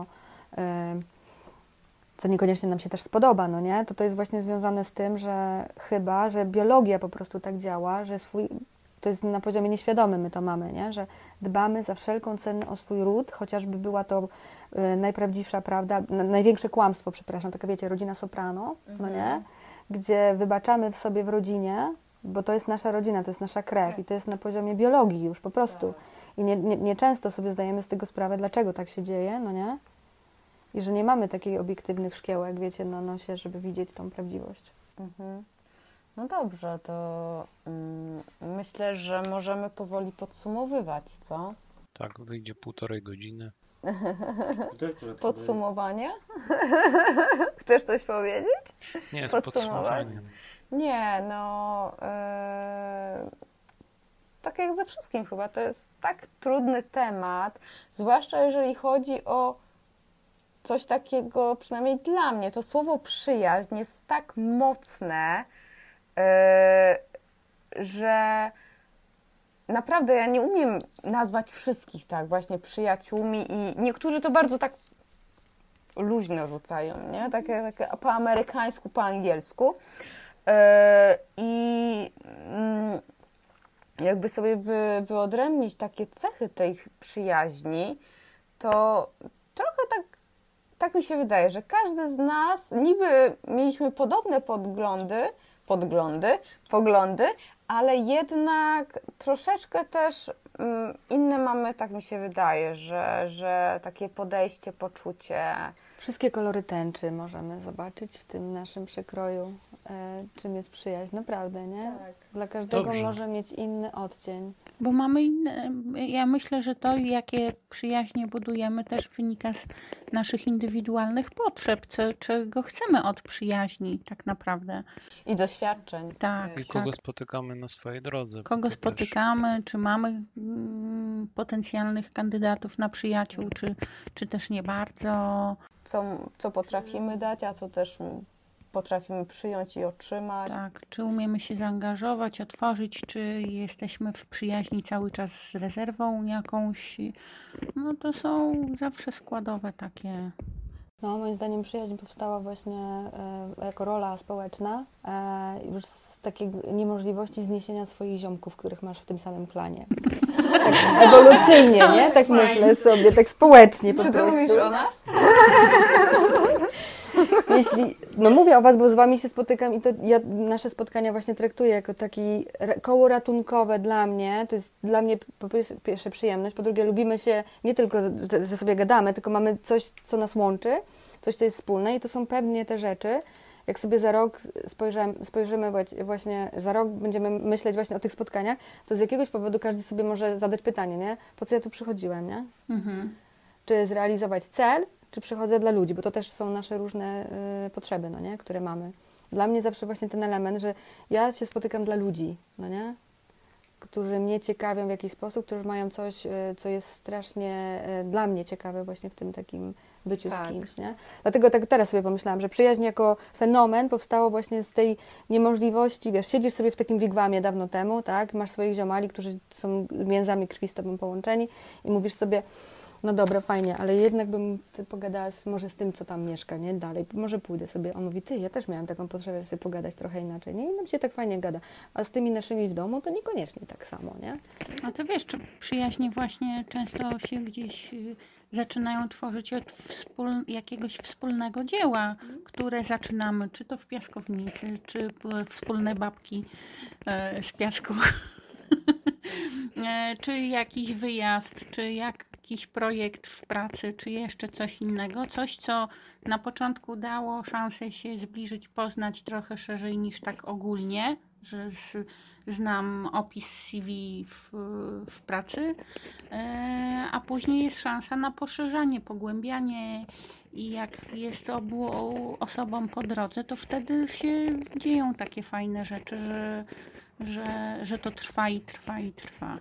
co niekoniecznie nam się też spodoba, no nie? To to jest właśnie związane z tym, że chyba, że biologia po prostu tak działa, że swój... To jest na poziomie nieświadomym, my to mamy, nie? Że dbamy za wszelką cenę o swój ród, chociażby była to y, najprawdziwsza prawda, n- największe kłamstwo, przepraszam, taka wiecie, rodzina Soprano, mhm. no nie? Gdzie wybaczamy w sobie w rodzinie, bo to jest nasza rodzina, to jest nasza krew i to jest na poziomie biologii już po prostu. I nie, nie, nie często sobie zdajemy z tego sprawę, dlaczego tak się dzieje, no nie? I że nie mamy takich obiektywnych szkiełek, wiecie, na nosie, żeby widzieć tą prawdziwość. Mhm. No dobrze, to mm, myślę, że możemy powoli podsumowywać, co? Tak, wyjdzie półtorej godziny. Podsumowanie? Chcesz coś powiedzieć? Nie, z Podsumować? podsumowaniem. Nie, no yy, tak jak ze wszystkim chyba, to jest tak trudny temat, zwłaszcza jeżeli chodzi o coś takiego, przynajmniej dla mnie, to słowo przyjaźń jest tak mocne, yy, że naprawdę ja nie umiem nazwać wszystkich tak właśnie przyjaciółmi i niektórzy to bardzo tak luźno rzucają, nie? Takie, takie po amerykańsku, po angielsku. Yy, I yy, jakby sobie wy, wyodrębnić takie cechy tej przyjaźni, to trochę tak, tak mi się wydaje, że każdy z nas, niby mieliśmy podobne podglądy, podglądy, poglądy, ale jednak troszeczkę też mm, inne mamy, tak mi się wydaje, że, że takie podejście, poczucie. Wszystkie kolory tęczy możemy zobaczyć w tym naszym przekroju, e, czym jest przyjaźń, naprawdę, nie? Tak. Dla każdego Dobrze. może mieć inny odcień. Bo mamy inne, ja myślę, że to, jakie przyjaźnie budujemy, też wynika z naszych indywidualnych potrzeb, co, czego chcemy od przyjaźni tak naprawdę. I doświadczeń. Tak, I tak. kogo spotykamy na swojej drodze. Kogo To też- spotykamy, czy mamy mm, potencjalnych kandydatów na przyjaciół, czy, czy też nie bardzo. Co, co potrafimy dać, a co też potrafimy przyjąć i otrzymać. Tak, czy umiemy się zaangażować, otworzyć, czy jesteśmy w przyjaźni cały czas z rezerwą jakąś. No to są zawsze składowe takie. No, moim zdaniem przyjaźń powstała właśnie e, jako rola społeczna, e, już z takiej niemożliwości zniesienia swoich ziomków, których masz w tym samym klanie. Tak ewolucyjnie, nie? Tak myślę sobie, tak społecznie po Czy ty prostu. mówisz o nas? jeśli, no mówię o was, bo z wami się spotykam i to ja nasze spotkania właśnie traktuję jako takie koło ratunkowe dla mnie. To jest dla mnie po pierwsze przyjemność, po drugie lubimy się nie tylko, że, że sobie gadamy, tylko mamy coś, co nas łączy, coś, co jest wspólne i to są pewnie te rzeczy. Jak sobie za rok spojrzymy, spojrzymy właśnie, za rok będziemy myśleć właśnie o tych spotkaniach, to z jakiegoś powodu każdy sobie może zadać pytanie, nie? Po co ja tu przychodziłem, nie? Mhm. Czy zrealizować cel, czy przychodzę dla ludzi, bo to też są nasze różne y, potrzeby, no nie? Które mamy. Dla mnie zawsze właśnie ten element, że ja się spotykam dla ludzi, no nie? Którzy mnie ciekawią w jakiś sposób, którzy mają coś, y, co jest strasznie y, dla mnie ciekawe właśnie w tym takim byciu Tak. z kimś, nie? Dlatego tak teraz sobie pomyślałam, że przyjaźń jako fenomen powstało właśnie z tej niemożliwości, wiesz, siedzisz sobie w takim wigwamie dawno temu, tak? Masz swoich ziomali, którzy są więzami krwi z tobą połączeni i mówisz sobie, no dobra, fajnie, ale jednak bym ty pogadała z, może z tym, co tam mieszka, nie? Dalej, może pójdę sobie. On mówi, ty, ja też miałam taką potrzebę, żeby sobie pogadać trochę inaczej, nie? I nam się tak fajnie gada. A z tymi naszymi w domu to niekoniecznie tak samo, nie? A to wiesz, czy przyjaźnie właśnie często się gdzieś y, zaczynają tworzyć od wspól, jakiegoś wspólnego dzieła, które zaczynamy, czy to w piaskownicy, czy p- wspólne babki e, z piasku, e, czy jakiś wyjazd, czy jakiś projekt w pracy, czy jeszcze coś innego. Coś, co na początku dało szansę się zbliżyć, poznać trochę szerzej niż tak ogólnie, że z, znam opis C V w, w pracy, e, a później jest szansa na poszerzanie, pogłębianie i jak jest obu osobom po drodze, to wtedy się dzieją takie fajne rzeczy, że, że, że to trwa i trwa i trwa.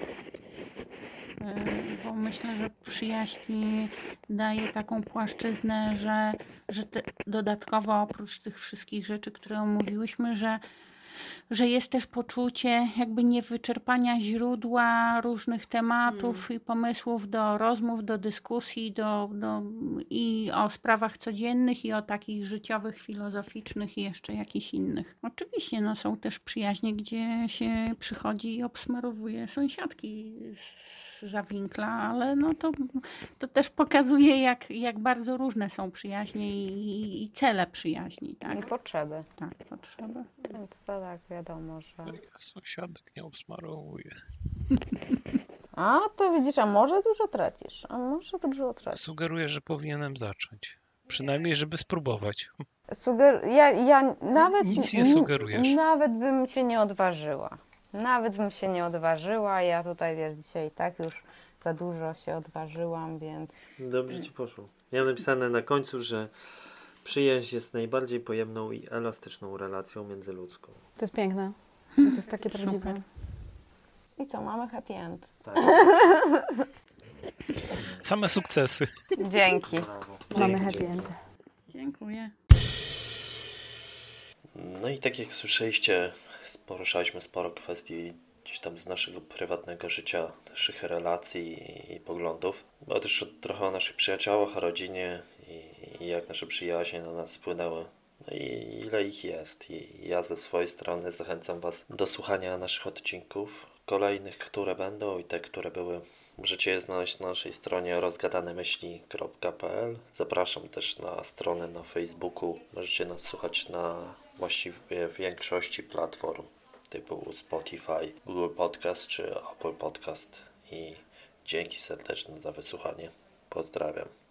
E, Bo myślę, że przyjaźń daje taką płaszczyznę, że, że te, dodatkowo oprócz tych wszystkich rzeczy, które omówiłyśmy, że że jest też poczucie jakby niewyczerpania źródła różnych tematów Mm. i pomysłów do rozmów, do dyskusji, do, do, i o sprawach codziennych, i o takich życiowych, filozoficznych i jeszcze jakichś innych. Oczywiście no, są też przyjaźnie, gdzie się przychodzi i obsmarowuje sąsiadki z za winkla, ale no to, to też pokazuje, jak, jak bardzo różne są przyjaźnie i, i cele przyjaźni, I tak? potrzeby. Tak, potrzeby. Więc to tak wiadomo, że... Ja sąsiadek nie obsmarowuję. A, to widzisz, a może dużo tracisz, a może dużo tracisz. Sugeruję, że powinienem zacząć. Przynajmniej, żeby spróbować. Suger... Ja, ja nawet... Nic nie sugerujesz. Nawet bym się nie odważyła. Nawet bym się nie odważyła. Ja tutaj, wiesz, dzisiaj i tak już za dużo się odważyłam, więc... Dobrze ci poszło. Miałem napisane na końcu, że przyjaźń jest najbardziej pojemną i elastyczną relacją międzyludzką. To jest piękne. To jest takie prawdziwe. Super. I co, mamy happy end. Tak. Same sukcesy. Dzięki. Brawo. Mamy Dzięki, happy dzięki. end. Dziękuję. No i tak jak słyszeliście, poruszaliśmy sporo kwestii gdzieś tam z naszego prywatnego życia, naszych relacji i, i poglądów, bo też trochę o naszych przyjaciołach, o rodzinie i, i jak nasze przyjaźnie na nas wpłynęły. No i ile ich jest. I ja ze swojej strony zachęcam Was do słuchania naszych odcinków, kolejnych, które będą i te, które były. Możecie je znaleźć na naszej stronie rozgadanemyśli kropka p l. Zapraszam też na stronę na Facebooku. Możecie nas słuchać na właściwie większości platform typu Spotify, Google Podcast czy Apple Podcast. I dzięki serdeczne za wysłuchanie. Pozdrawiam.